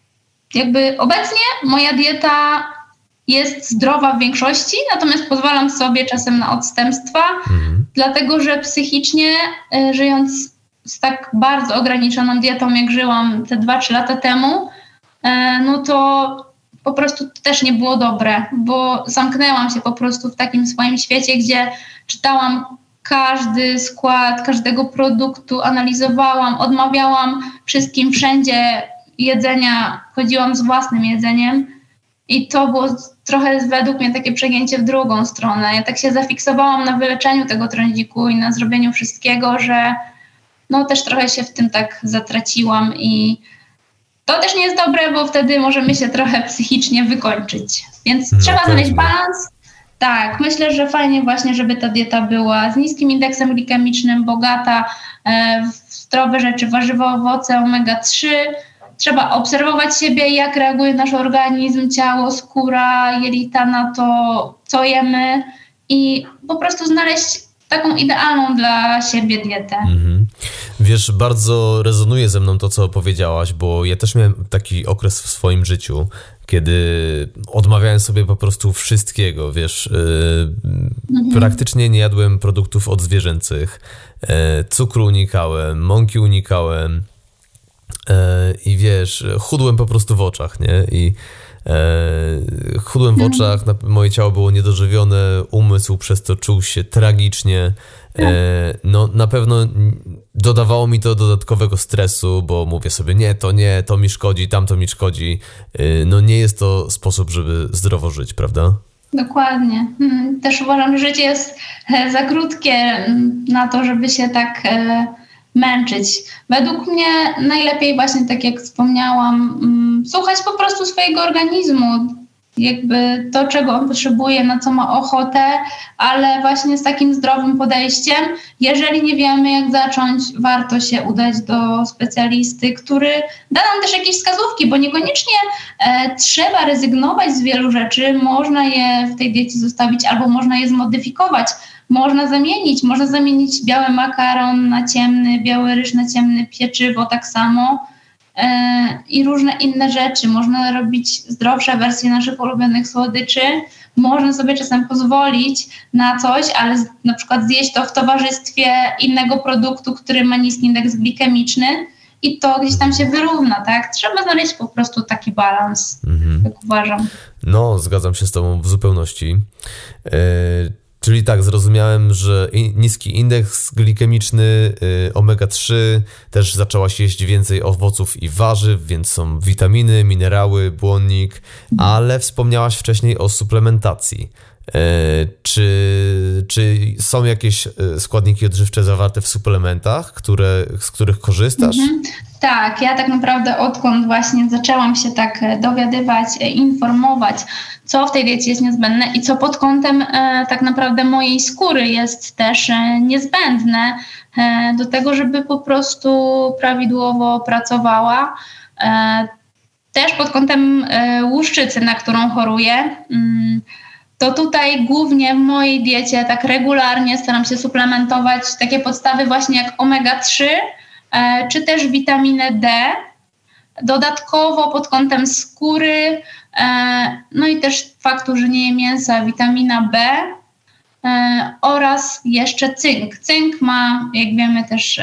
jakby obecnie moja dieta jest zdrowa w większości, natomiast pozwalam sobie czasem na odstępstwa, mhm. dlatego że psychicznie e, żyjąc z tak bardzo ograniczoną dietą, jak żyłam te dwa trzy lata temu, no to po prostu też nie było dobre, bo zamknęłam się po prostu w takim swoim świecie, gdzie czytałam każdy skład każdego produktu, analizowałam, odmawiałam wszystkim wszędzie jedzenia, chodziłam z własnym jedzeniem i to było trochę według mnie takie przegięcie w drugą stronę. Ja tak się zafiksowałam na wyleczeniu tego trądziku i na zrobieniu wszystkiego, że no też trochę się w tym tak zatraciłam i to też nie jest dobre, bo wtedy możemy się trochę psychicznie wykończyć. Więc no, trzeba znaleźć balans. Tak, myślę, że fajnie właśnie, żeby ta dieta była z niskim indeksem glikemicznym, bogata w zdrowe rzeczy, warzywa, owoce, omega trzy. Trzeba obserwować siebie, jak reaguje nasz organizm, ciało, skóra, jelita na to, co jemy i po prostu znaleźć taką idealną dla siebie dietę. Mhm. Wiesz, bardzo rezonuje ze mną to, co powiedziałaś, bo ja też miałem taki okres w swoim życiu, kiedy odmawiałem sobie po prostu wszystkiego, wiesz, yy, mhm. praktycznie nie jadłem produktów odzwierzęcych, yy, cukru unikałem, mąki unikałem yy, i wiesz, chudłem po prostu w oczach, nie? I E, chudłem w oczach, moje ciało było niedożywione, umysł przez to czuł się tragicznie. E, no na pewno dodawało mi to dodatkowego stresu, bo mówię sobie, nie, to nie, to mi szkodzi, tamto mi szkodzi. E, no nie jest to sposób, żeby zdrowo żyć, prawda? Dokładnie. Też uważam, że życie jest za krótkie na to, żeby się tak męczyć. Według mnie najlepiej właśnie, tak jak wspomniałam, słuchać po prostu swojego organizmu, jakby to, czego on potrzebuje, na co ma ochotę, ale właśnie z takim zdrowym podejściem. Jeżeli nie wiemy, jak zacząć, warto się udać do specjalisty, który da nam też jakieś wskazówki, bo niekoniecznie e, trzeba rezygnować z wielu rzeczy, można je w tej diecie zostawić albo można je zmodyfikować. Można zamienić, można zamienić biały makaron na ciemny, biały ryż na ciemny, pieczywo tak samo yy, i różne inne rzeczy. Można robić zdrowsze wersje naszych ulubionych słodyczy. Można sobie czasem pozwolić na coś, ale z, na przykład zjeść to w towarzystwie innego produktu, który ma niski indeks glikemiczny i to gdzieś tam się wyrówna, tak? Trzeba znaleźć po prostu taki balans, mhm. jak uważam. No, zgadzam się z tobą w zupełności. Yy... Czyli tak, zrozumiałem, że niski indeks glikemiczny, y, omega trzy, też zaczęłaś jeść więcej owoców i warzyw, więc są witaminy, minerały, błonnik, ale wspomniałaś wcześniej o suplementacji. Y, czy, czy są jakieś składniki odżywcze zawarte w suplementach, które, z których korzystasz? Mhm. Tak, ja tak naprawdę odkąd właśnie zaczęłam się tak dowiadywać, informować, co w tej diecie jest niezbędne i co pod kątem e, tak naprawdę mojej skóry jest też e, niezbędne e, do tego, żeby po prostu prawidłowo pracowała. E, też pod kątem e, łuszczycy, na którą choruję, mm, to tutaj głównie w mojej diecie tak regularnie staram się suplementować takie podstawy właśnie jak omega trzy, e, czy też witaminę D. Dodatkowo pod kątem skóry no i też faktu, że nie je mięsa, witamina B oraz jeszcze cynk. Cynk ma, jak wiemy, też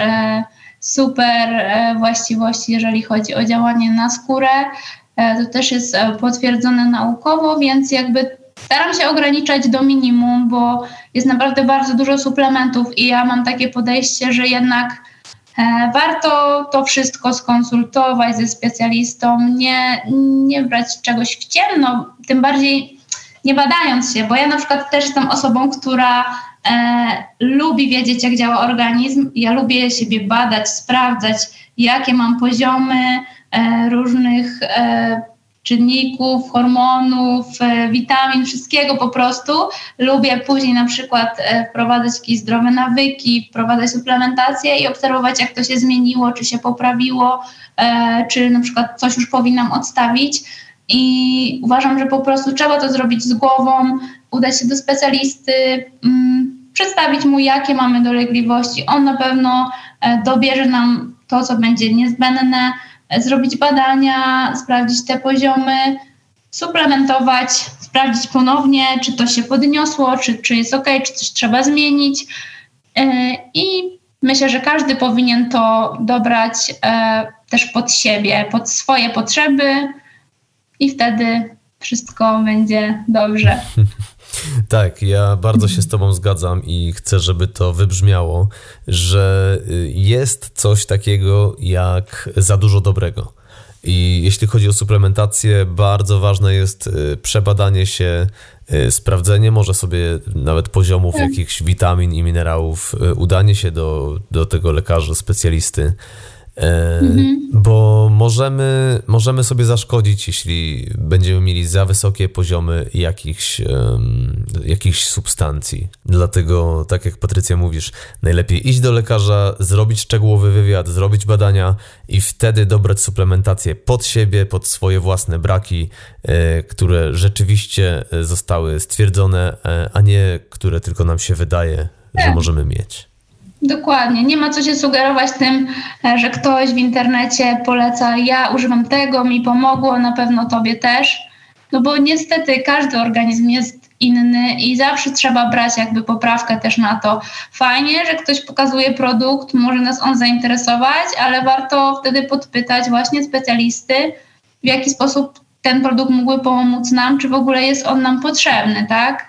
super właściwości, jeżeli chodzi o działanie na skórę. To też jest potwierdzone naukowo, więc jakby staram się ograniczać do minimum, bo jest naprawdę bardzo dużo suplementów i ja mam takie podejście, że jednak e, warto to wszystko skonsultować ze specjalistą, nie, nie brać czegoś w ciemno, tym bardziej nie badając się, bo ja na przykład też jestem osobą, która e, lubi wiedzieć, jak działa organizm. Ja lubię siebie badać, sprawdzać, jakie mam poziomy e, różnych e, czynników, hormonów, e, witamin, wszystkiego po prostu. Lubię później na przykład e, wprowadzać jakieś zdrowe nawyki, wprowadzać suplementację i obserwować, jak to się zmieniło, czy się poprawiło, e, czy na przykład coś już powinnam odstawić. I uważam, że po prostu trzeba to zrobić z głową, udać się do specjalisty, um, przedstawić mu, jakie mamy dolegliwości. On na pewno e, dobierze nam to, co będzie niezbędne, e, zrobić badania, sprawdzić te poziomy, suplementować, sprawdzić ponownie, czy to się podniosło, czy, czy jest ok, czy coś trzeba zmienić. E, I myślę, że każdy powinien to dobrać e, też pod siebie, pod swoje potrzeby, i wtedy wszystko będzie dobrze. Tak, ja bardzo się z tobą zgadzam i chcę, żeby to wybrzmiało, że jest coś takiego jak za dużo dobrego. I jeśli chodzi o suplementację, bardzo ważne jest przebadanie się, sprawdzenie może sobie nawet poziomów tak. jakichś witamin i minerałów, udanie się do, do tego lekarza, specjalisty. E, mhm. Bo możemy, możemy sobie zaszkodzić, jeśli będziemy mieli za wysokie poziomy jakichś, um, jakichś substancji. Dlatego, tak jak Patrycja mówisz, najlepiej iść do lekarza, zrobić szczegółowy wywiad, zrobić badania i wtedy dobrać suplementację pod siebie, pod swoje własne braki, e, które rzeczywiście zostały stwierdzone, e, a nie które tylko nam się wydaje, tak. że możemy mieć. Dokładnie. Nie ma co się sugerować tym, że ktoś w internecie poleca, ja używam tego, mi pomogło, na pewno tobie też. No bo niestety każdy organizm jest inny i zawsze trzeba brać jakby poprawkę też na to. Fajnie, że ktoś pokazuje produkt, może nas on zainteresować, ale warto wtedy podpytać właśnie specjalisty, w jaki sposób ten produkt mógłby pomóc nam, czy w ogóle jest on nam potrzebny, tak?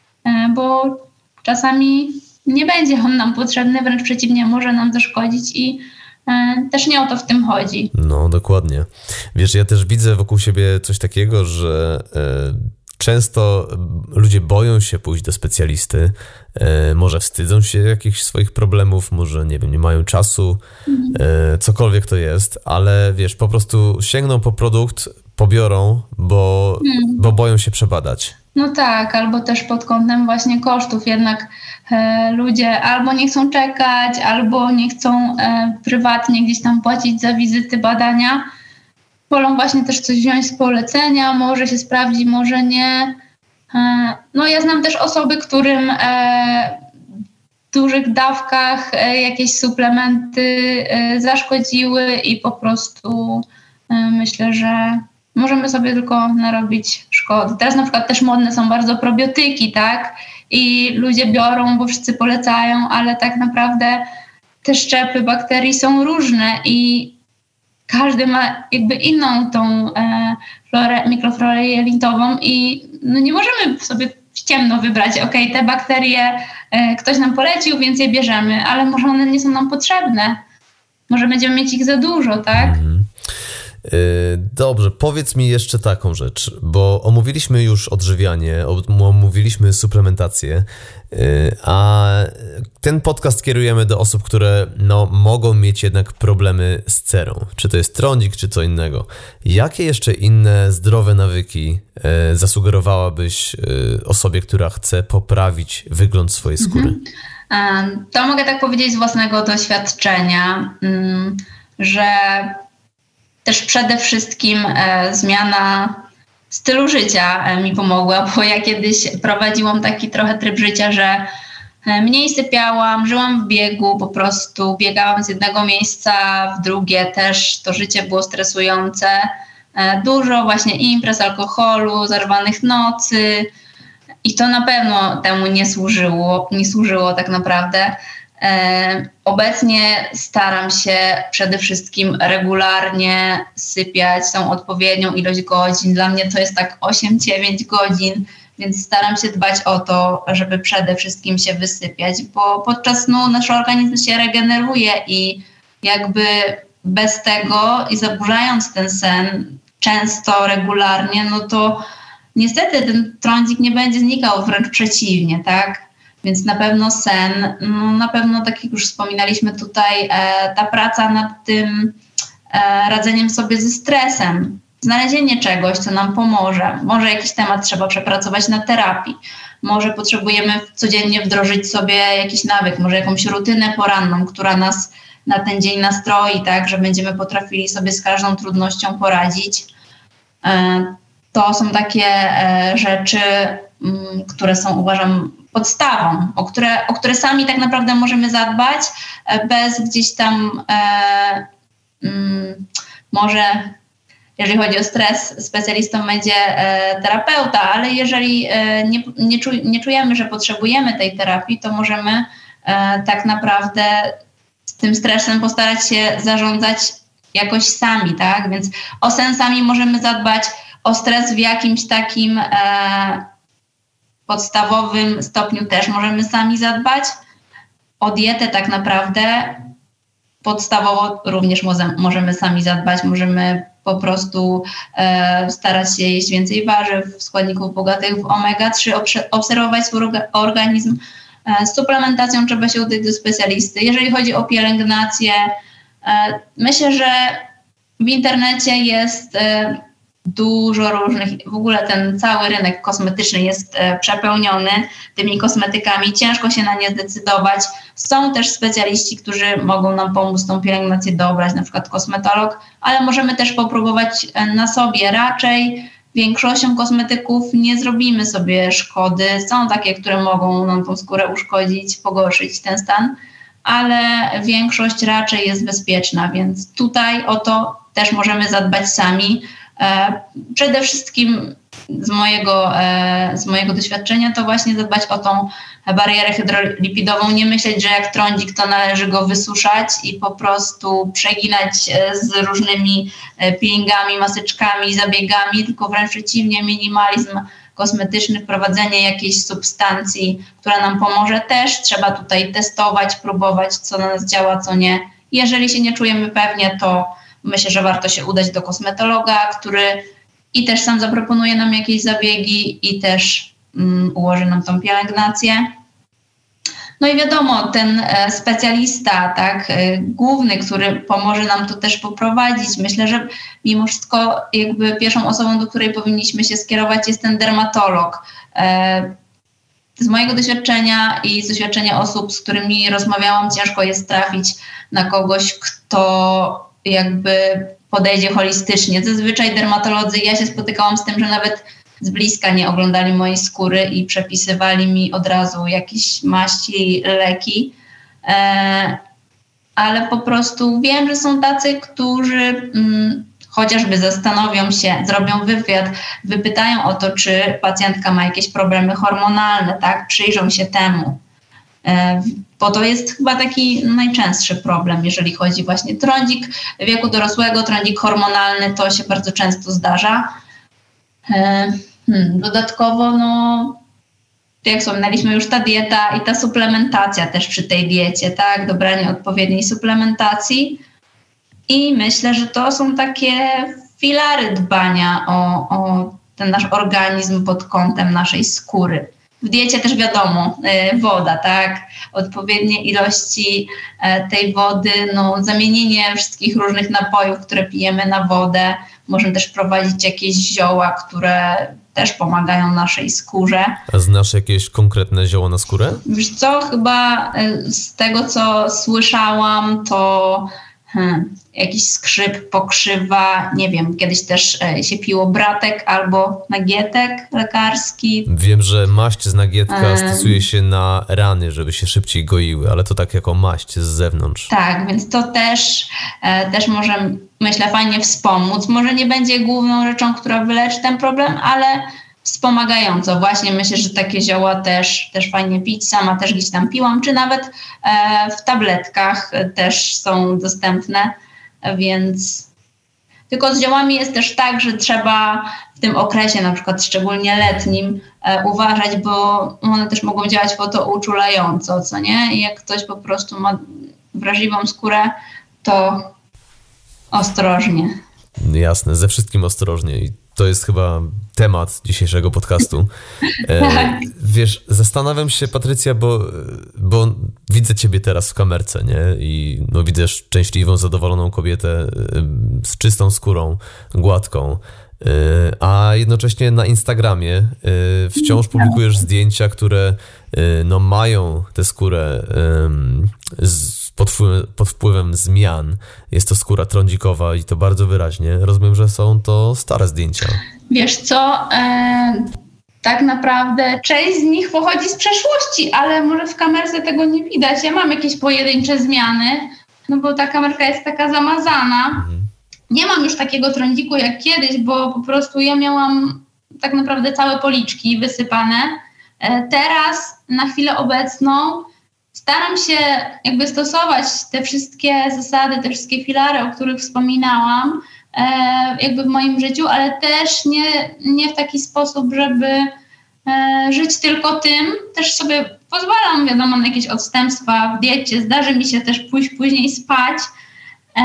Bo czasami nie będzie on nam potrzebny, wręcz przeciwnie, może nam zaszkodzić i e, też nie o to w tym chodzi. No, dokładnie. Wiesz, ja też widzę wokół siebie coś takiego, że e, często ludzie boją się pójść do specjalisty, e, może wstydzą się jakichś swoich problemów, może, nie wiem, nie mają czasu, mhm. e, cokolwiek to jest, ale wiesz, po prostu sięgną po produkt, pobiorą, bo, mhm. bo boją się przebadać. No tak, albo też pod kątem właśnie kosztów. Jednak e, ludzie albo nie chcą czekać, albo nie chcą e, prywatnie gdzieś tam płacić za wizyty, badania. Wolą właśnie też coś wziąć z polecenia, może się sprawdzi, może nie. E, no ja znam też osoby, którym e, w dużych dawkach e, jakieś suplementy e, zaszkodziły i po prostu e, myślę, że możemy sobie tylko narobić szkody. Teraz na przykład też modne są bardzo probiotyki, tak? I ludzie biorą, bo wszyscy polecają, ale tak naprawdę te szczepy bakterii są różne i każdy ma jakby inną tą e, florę, mikroflorę jelitową i no nie możemy sobie w ciemno wybrać, okej, okay, te bakterie e, ktoś nam polecił, więc je bierzemy, ale może one nie są nam potrzebne. Może będziemy mieć ich za dużo, tak? Mhm. Dobrze, powiedz mi jeszcze taką rzecz, bo omówiliśmy już odżywianie, omówiliśmy suplementację, a ten podcast kierujemy do osób, które no, mogą mieć jednak problemy z cerą. Czy to jest trądzik, czy co innego. Jakie jeszcze inne zdrowe nawyki zasugerowałabyś osobie, która chce poprawić wygląd swojej skóry? Mhm. To mogę tak powiedzieć z własnego doświadczenia, że też przede wszystkim e, zmiana stylu życia e, mi pomogła, bo ja kiedyś prowadziłam taki trochę tryb życia, że e, mniej sypiałam, żyłam w biegu, po prostu biegałam z jednego miejsca w drugie, też to życie było stresujące. dużo właśnie imprez, alkoholu, zarwanych nocy i to na pewno temu nie służyło, nie służyło tak naprawdę. Obecnie staram się przede wszystkim regularnie sypiać tą odpowiednią ilość godzin. Dla mnie to jest tak osiem dziewięć godzin, więc staram się dbać o to, żeby przede wszystkim się wysypiać, bo podczas snu nasz organizm się regeneruje i jakby bez tego i zaburzając ten sen często, regularnie, no to niestety ten trądzik nie będzie znikał, wręcz przeciwnie, tak? Więc na pewno sen, no na pewno tak jak już wspominaliśmy tutaj, e, ta praca nad tym e, radzeniem sobie ze stresem, znalezienie czegoś, co nam pomoże. Może jakiś temat trzeba przepracować na terapii, może potrzebujemy codziennie wdrożyć sobie jakiś nawyk, może jakąś rutynę poranną, która nas na ten dzień nastroi, tak, że będziemy potrafili sobie z każdą trudnością poradzić. E, to są takie e, rzeczy, m, które są, uważam, podstawą, o które, o które sami tak naprawdę możemy zadbać, bez gdzieś tam e, mm, może, jeżeli chodzi o stres, specjalistą będzie e, terapeuta, ale jeżeli e, nie, nie, czu, nie czujemy, że potrzebujemy tej terapii, to możemy e, tak naprawdę z tym stresem postarać się zarządzać jakoś sami, tak? Więc o sen sami możemy zadbać, o stres w jakimś takim e, podstawowym stopniu też możemy sami zadbać. O dietę tak naprawdę podstawowo również może, możemy sami zadbać. Możemy po prostu e, starać się jeść więcej warzyw, składników bogatych w omega trzy, obse- obserwować swój organizm. E, z suplementacją trzeba się udać do specjalisty. Jeżeli chodzi o pielęgnację, e, myślę, że w internecie jest e, dużo różnych, w ogóle ten cały rynek kosmetyczny jest e, przepełniony tymi kosmetykami, ciężko się na nie zdecydować. Są też specjaliści, którzy mogą nam pomóc tą pielęgnację dobrać, na przykład kosmetolog, ale możemy też popróbować e, na sobie. Raczej większością kosmetyków nie zrobimy sobie szkody. Są takie, które mogą nam tą skórę uszkodzić, pogorszyć ten stan, ale większość raczej jest bezpieczna, więc tutaj o to też możemy zadbać sami. E, przede wszystkim z mojego, e, z mojego doświadczenia to właśnie zadbać o tą barierę hydrolipidową, nie myśleć, że jak trądzik to należy go wysuszać i po prostu przeginać e, z różnymi e, peelingami, maseczkami, zabiegami, tylko wręcz przeciwnie, minimalizm kosmetyczny, wprowadzenie jakiejś substancji, która nam pomoże też. Trzeba tutaj testować, próbować, co na nas działa, co nie. Jeżeli się nie czujemy pewnie, to myślę, że warto się udać do kosmetologa, który i też sam zaproponuje nam jakieś zabiegi i też um, ułoży nam tą pielęgnację. No i wiadomo, ten e, specjalista, tak, e, główny, który pomoże nam to też poprowadzić. Myślę, że mimo wszystko jakby pierwszą osobą, do której powinniśmy się skierować, jest ten dermatolog. E, z mojego doświadczenia i z doświadczenia osób, z którymi rozmawiałam, ciężko jest trafić na kogoś, kto jakby podejdzie holistycznie. Zazwyczaj dermatolodzy, ja się spotykałam z tym, że nawet z bliska nie oglądali mojej skóry i przepisywali mi od razu jakieś maści, leki, e, ale po prostu wiem, że są tacy, którzy mm, chociażby zastanowią się, zrobią wywiad, wypytają o to, czy pacjentka ma jakieś problemy hormonalne, tak, przyjrzą się temu. Bo to jest chyba taki najczęstszy problem, jeżeli chodzi właśnie trądzik wieku dorosłego, trądzik hormonalny, to się bardzo często zdarza. Hmm, dodatkowo, no, jak wspominaliśmy już, ta dieta i ta suplementacja też przy tej diecie, tak, dobranie odpowiedniej suplementacji i myślę, że to są takie filary dbania o, o ten nasz organizm pod kątem naszej skóry. W diecie też wiadomo, y, woda, tak, odpowiednie ilości y, tej wody, no, zamienienie wszystkich różnych napojów, które pijemy, na wodę. Możemy też wprowadzić jakieś zioła, które też pomagają naszej skórze. A znasz jakieś konkretne zioła na skórę? Wiesz co, chyba y, z tego, co słyszałam, to hmm, jakiś skrzyp, pokrzywa, nie wiem, kiedyś też e, się piło bratek albo nagietek lekarski. Wiem, że maść z nagietka um, stosuje się na rany, żeby się szybciej goiły, ale to tak jako maść z zewnątrz. Tak, więc to też, e, też może, myślę, fajnie wspomóc. Może nie będzie główną rzeczą, która wyleczy ten problem, ale wspomagająco. Właśnie myślę, że takie zioła też, też fajnie pić. Sama też gdzieś tam piłam, czy nawet e, w tabletkach też są dostępne, więc tylko z ziołami jest też tak, że trzeba w tym okresie, na przykład szczególnie letnim, e, uważać, bo one też mogą działać fotouczulająco, co nie? I jak ktoś po prostu ma wrażliwą skórę, to ostrożnie. Jasne, ze wszystkim ostrożnie i to jest chyba temat dzisiejszego podcastu. E, wiesz, zastanawiam się, Patrycja, bo, bo widzę ciebie teraz w kamerce, nie? I no, widzę szczęśliwą, zadowoloną kobietę z czystą skórą, gładką, e, a jednocześnie na Instagramie e, wciąż publikujesz zdjęcia, które e, no, mają tę skórę e, z, pod, wpływem, pod wpływem zmian. Jest to skóra trądzikowa i to bardzo wyraźnie. Rozumiem, że są to stare zdjęcia. Wiesz co, e, tak naprawdę część z nich pochodzi z przeszłości, ale może w kamerce tego nie widać. Ja mam jakieś pojedyncze zmiany, no bo ta kamerka jest taka zamazana. Mhm. Nie mam już takiego trądziku jak kiedyś, bo po prostu ja miałam tak naprawdę całe policzki wysypane. E, teraz, na chwilę obecną, staram się jakby stosować te wszystkie zasady, te wszystkie filary, o których wspominałam, e, jakby w moim życiu, ale też nie, nie w taki sposób, żeby e, żyć tylko tym. Też sobie pozwalam, wiadomo, na jakieś odstępstwa w diecie. Zdarzy mi się też pójść później spać e,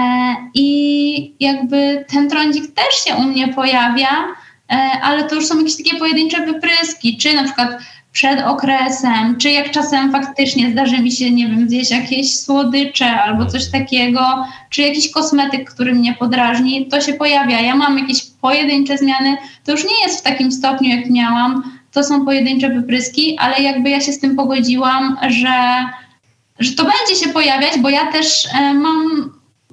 i jakby ten trądzik też się u mnie pojawia, e, ale to już są jakieś takie pojedyncze wypryski, czy na przykład przed okresem, czy jak czasem faktycznie zdarzy mi się, nie wiem, zjeść jakieś słodycze albo coś takiego, czy jakiś kosmetyk, który mnie podrażni, to się pojawia. Ja mam jakieś pojedyncze zmiany, to już nie jest w takim stopniu, jak miałam, to są pojedyncze wypryski, ale jakby ja się z tym pogodziłam, że, że to będzie się pojawiać, bo ja też e, mam,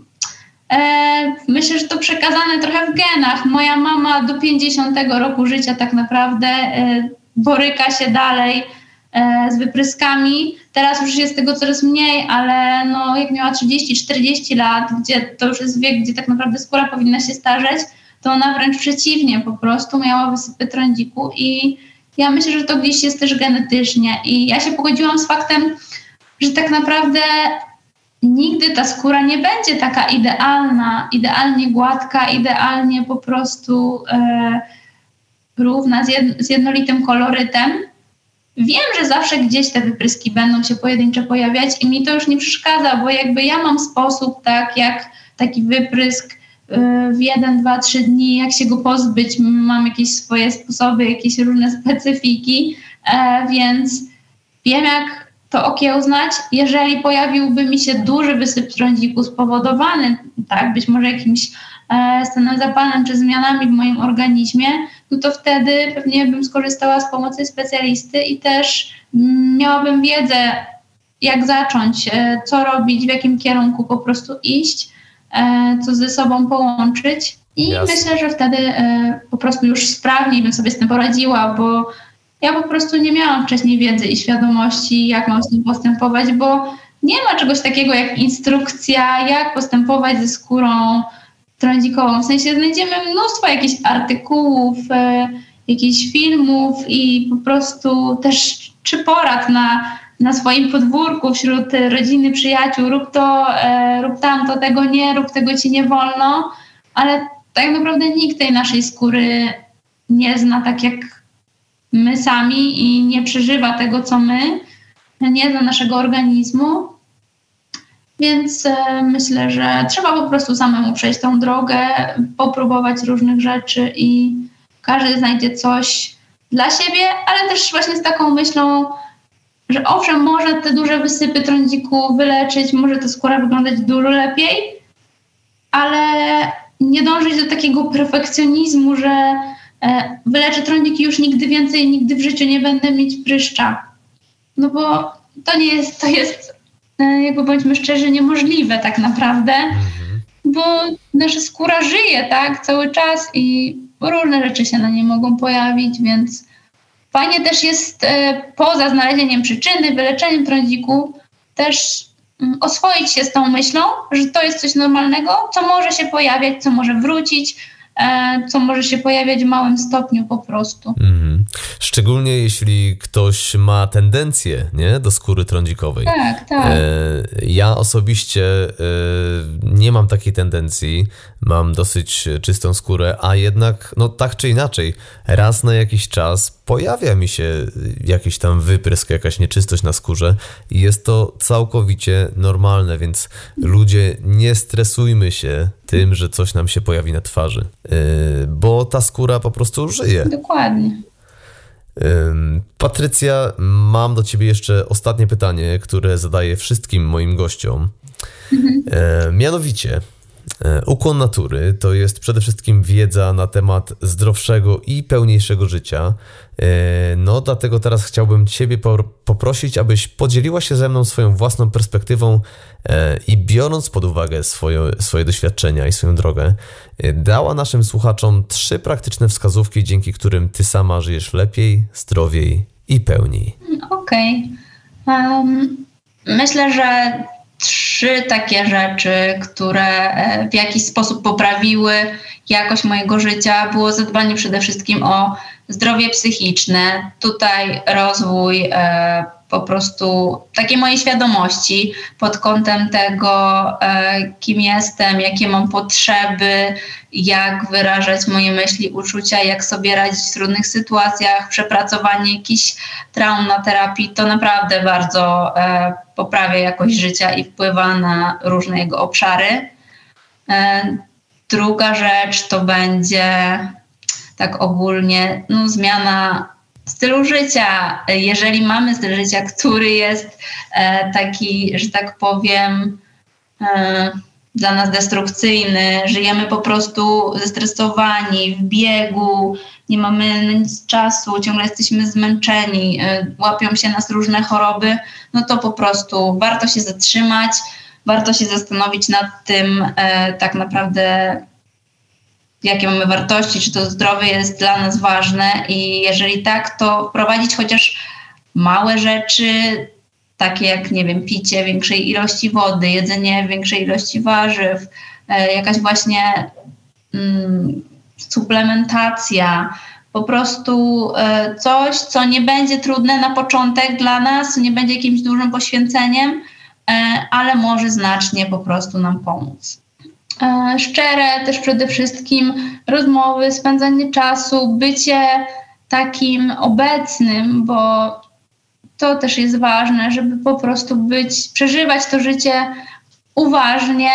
e, myślę, że to przekazane trochę w genach. Moja mama do pięćdziesiątego roku życia tak naprawdę e, boryka się dalej e, z wypryskami. Teraz już jest tego coraz mniej, ale no, jak miała trzydzieści czterdzieści lat, gdzie to już jest wiek, gdzie tak naprawdę skóra powinna się starzeć, to ona wręcz przeciwnie, po prostu miała wysypy trądziku i ja myślę, że to gdzieś jest też genetycznie i ja się pogodziłam z faktem, że tak naprawdę nigdy ta skóra nie będzie taka idealna, idealnie gładka, idealnie po prostu e, równa, z, jed, z jednolitym kolorytem. Wiem, że zawsze gdzieś te wypryski będą się pojedyncze pojawiać i mi to już nie przeszkadza, bo jakby ja mam sposób, tak jak taki wyprysk yy, w jeden, dwa, trzy dni, jak się go pozbyć, mam jakieś swoje sposoby, jakieś różne specyfiki, e, więc wiem, jak to okiełznać. Jeżeli pojawiłby mi się duży wysyp trądziku spowodowany, tak, być może jakimś e, stanem zapalnym czy zmianami w moim organizmie, no to wtedy pewnie bym skorzystała z pomocy specjalisty i też miałabym wiedzę, jak zacząć, e, co robić, w jakim kierunku po prostu iść, e, co ze sobą połączyć i Jasne. Myślę, że wtedy e, po prostu już sprawniej bym sobie z tym poradziła, bo ja po prostu nie miałam wcześniej wiedzy i świadomości, jak mam z tym postępować, bo nie ma czegoś takiego jak instrukcja, jak postępować ze skórą trądzikową. W sensie znajdziemy mnóstwo jakichś artykułów, e, jakichś filmów i po prostu też czy porad na, na swoim podwórku wśród rodziny, przyjaciół, rób to, e, rób tamto, tego nie, rób tego ci nie wolno, ale tak naprawdę nikt tej naszej skóry nie zna tak jak my sami i nie przeżywa tego, co my, nie zna naszego organizmu. Więc e, myślę, że trzeba po prostu samemu przejść tą drogę, popróbować różnych rzeczy i każdy znajdzie coś dla siebie, ale też właśnie z taką myślą, że owszem, może te duże wysypy trądziku wyleczyć, może ta skóra wyglądać dużo lepiej, ale nie dążyć do takiego perfekcjonizmu, że e, wyleczę trądzik i już nigdy więcej, nigdy w życiu nie będę mieć pryszcza. No bo to nie jest, to jest jakby bądźmy szczerzy, niemożliwe tak naprawdę. Mhm. bo nasza skóra żyje, tak, cały czas i różne rzeczy się na niej mogą pojawić, więc fajnie też jest e, poza znalezieniem przyczyny, wyleczeniem trądziku, też m, oswoić się z tą myślą, że to jest coś normalnego, co może się pojawiać, co może wrócić, e, co może się pojawiać w małym stopniu po prostu. Mhm. Szczególnie jeśli ktoś ma tendencję, nie, do skóry trądzikowej. Tak, tak. E, ja osobiście e, nie mam takiej tendencji, mam dosyć czystą skórę, a jednak, no tak czy inaczej, raz na jakiś czas pojawia mi się jakiś tam wyprysk, jakaś nieczystość na skórze i jest to całkowicie normalne, więc ludzie, nie stresujmy się tym, że coś nam się pojawi na twarzy, e, bo ta skóra po prostu żyje. Dokładnie. Patrycja, mam do ciebie jeszcze ostatnie pytanie, które zadaję wszystkim moim gościom. Mhm. E, mianowicie, e, ukłon natury to jest przede wszystkim wiedza na temat zdrowszego i pełniejszego życia. E, no dlatego teraz chciałbym ciebie por- poprosić, abyś podzieliła się ze mną swoją własną perspektywą e, i biorąc pod uwagę swoje, swoje doświadczenia i swoją drogę, e, dała naszym słuchaczom trzy praktyczne wskazówki, dzięki którym ty sama żyjesz lepiej, zdrowiej i pełniej. Okej. Okay. Um, myślę, że trzy takie rzeczy, które w jakiś sposób poprawiły jakość mojego życia, było zadbanie przede wszystkim o zdrowie psychiczne. Tutaj rozwój e, po prostu takiej mojej świadomości pod kątem tego, e, kim jestem, jakie mam potrzeby, jak wyrażać moje myśli, uczucia, jak sobie radzić w trudnych sytuacjach, przepracowanie jakichś traum na terapii, to naprawdę bardzo e, poprawia jakość życia i wpływa na różne jego obszary. E, druga rzecz to będzie tak ogólnie no, zmiana stylu życia. Jeżeli mamy styl życia, który jest e, taki, że tak powiem, e, dla nas destrukcyjny, żyjemy po prostu zestresowani, w biegu, nie mamy na nic czasu, ciągle jesteśmy zmęczeni, e, łapią się nas różne choroby, no to po prostu warto się zatrzymać, warto się zastanowić nad tym e, tak naprawdę, jakie mamy wartości, czy to zdrowie jest dla nas ważne i jeżeli tak, to wprowadzić chociaż małe rzeczy, takie jak, nie wiem, picie większej ilości wody, jedzenie większej ilości warzyw, e, jakaś właśnie mm, suplementacja, po prostu e, coś, co nie będzie trudne na początek dla nas, nie będzie jakimś dużym poświęceniem, e, ale może znacznie po prostu nam pomóc. E, szczere też przede wszystkim rozmowy, spędzanie czasu, bycie takim obecnym, bo to też jest ważne, żeby po prostu być, przeżywać to życie uważnie,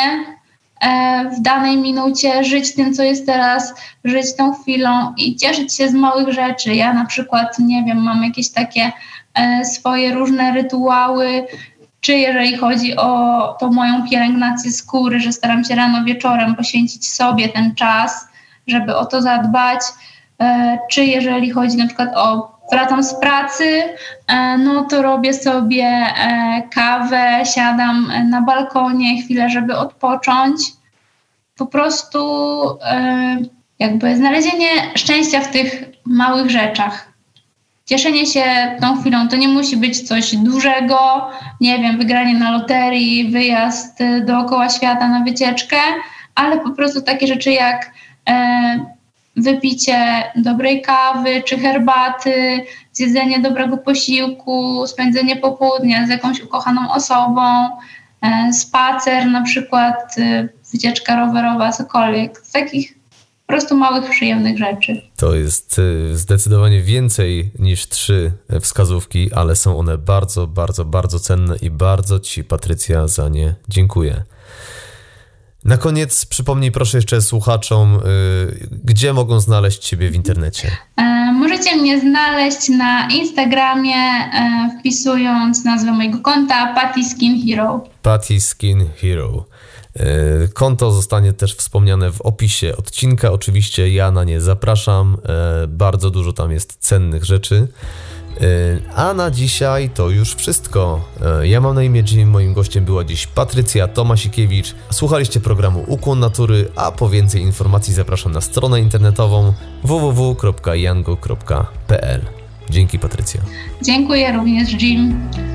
e, w danej minucie, żyć tym, co jest teraz, żyć tą chwilą i cieszyć się z małych rzeczy. Ja na przykład, nie wiem, mam jakieś takie e, swoje różne rytuały, czy jeżeli chodzi o tą moją pielęgnację skóry, że staram się rano, wieczorem poświęcić sobie ten czas, żeby o to zadbać, e, czy jeżeli chodzi na przykład o wracam z pracy, e, no to robię sobie e, kawę, siadam na balkonie chwilę, żeby odpocząć. Po prostu e, jakby znalezienie szczęścia w tych małych rzeczach. Cieszenie się tą chwilą, to nie musi być coś dużego, nie wiem, wygranie na loterii, wyjazd dookoła świata na wycieczkę, ale po prostu takie rzeczy jak e, wypicie dobrej kawy czy herbaty, zjedzenie dobrego posiłku, spędzenie popołudnia z jakąś ukochaną osobą, e, spacer na przykład, e, wycieczka rowerowa, cokolwiek. Z takich po prostu małych, przyjemnych rzeczy. To jest zdecydowanie więcej niż trzy wskazówki, ale są one bardzo, bardzo, bardzo cenne i bardzo Ci, Patrycja, za nie dziękuję. Na koniec przypomnij proszę jeszcze słuchaczom, yy, gdzie mogą znaleźć Ciebie w internecie. E, możecie mnie znaleźć na Instagramie, e, wpisując nazwę mojego konta Patty Skin Hero. Patty Skin Hero. Yy, konto zostanie też wspomniane w opisie odcinka. Oczywiście ja na nie zapraszam. Yy, bardzo dużo tam jest cennych rzeczy. A na dzisiaj to już wszystko. Ja mam na imię Jim, moim gościem była dziś Patrycja Tomasikiewicz. Słuchaliście programu Ukłon Natury, a po więcej informacji zapraszam na stronę internetową w w w kropka yango kropka p l. Dzięki, Patrycja. Dziękuję również, Jim.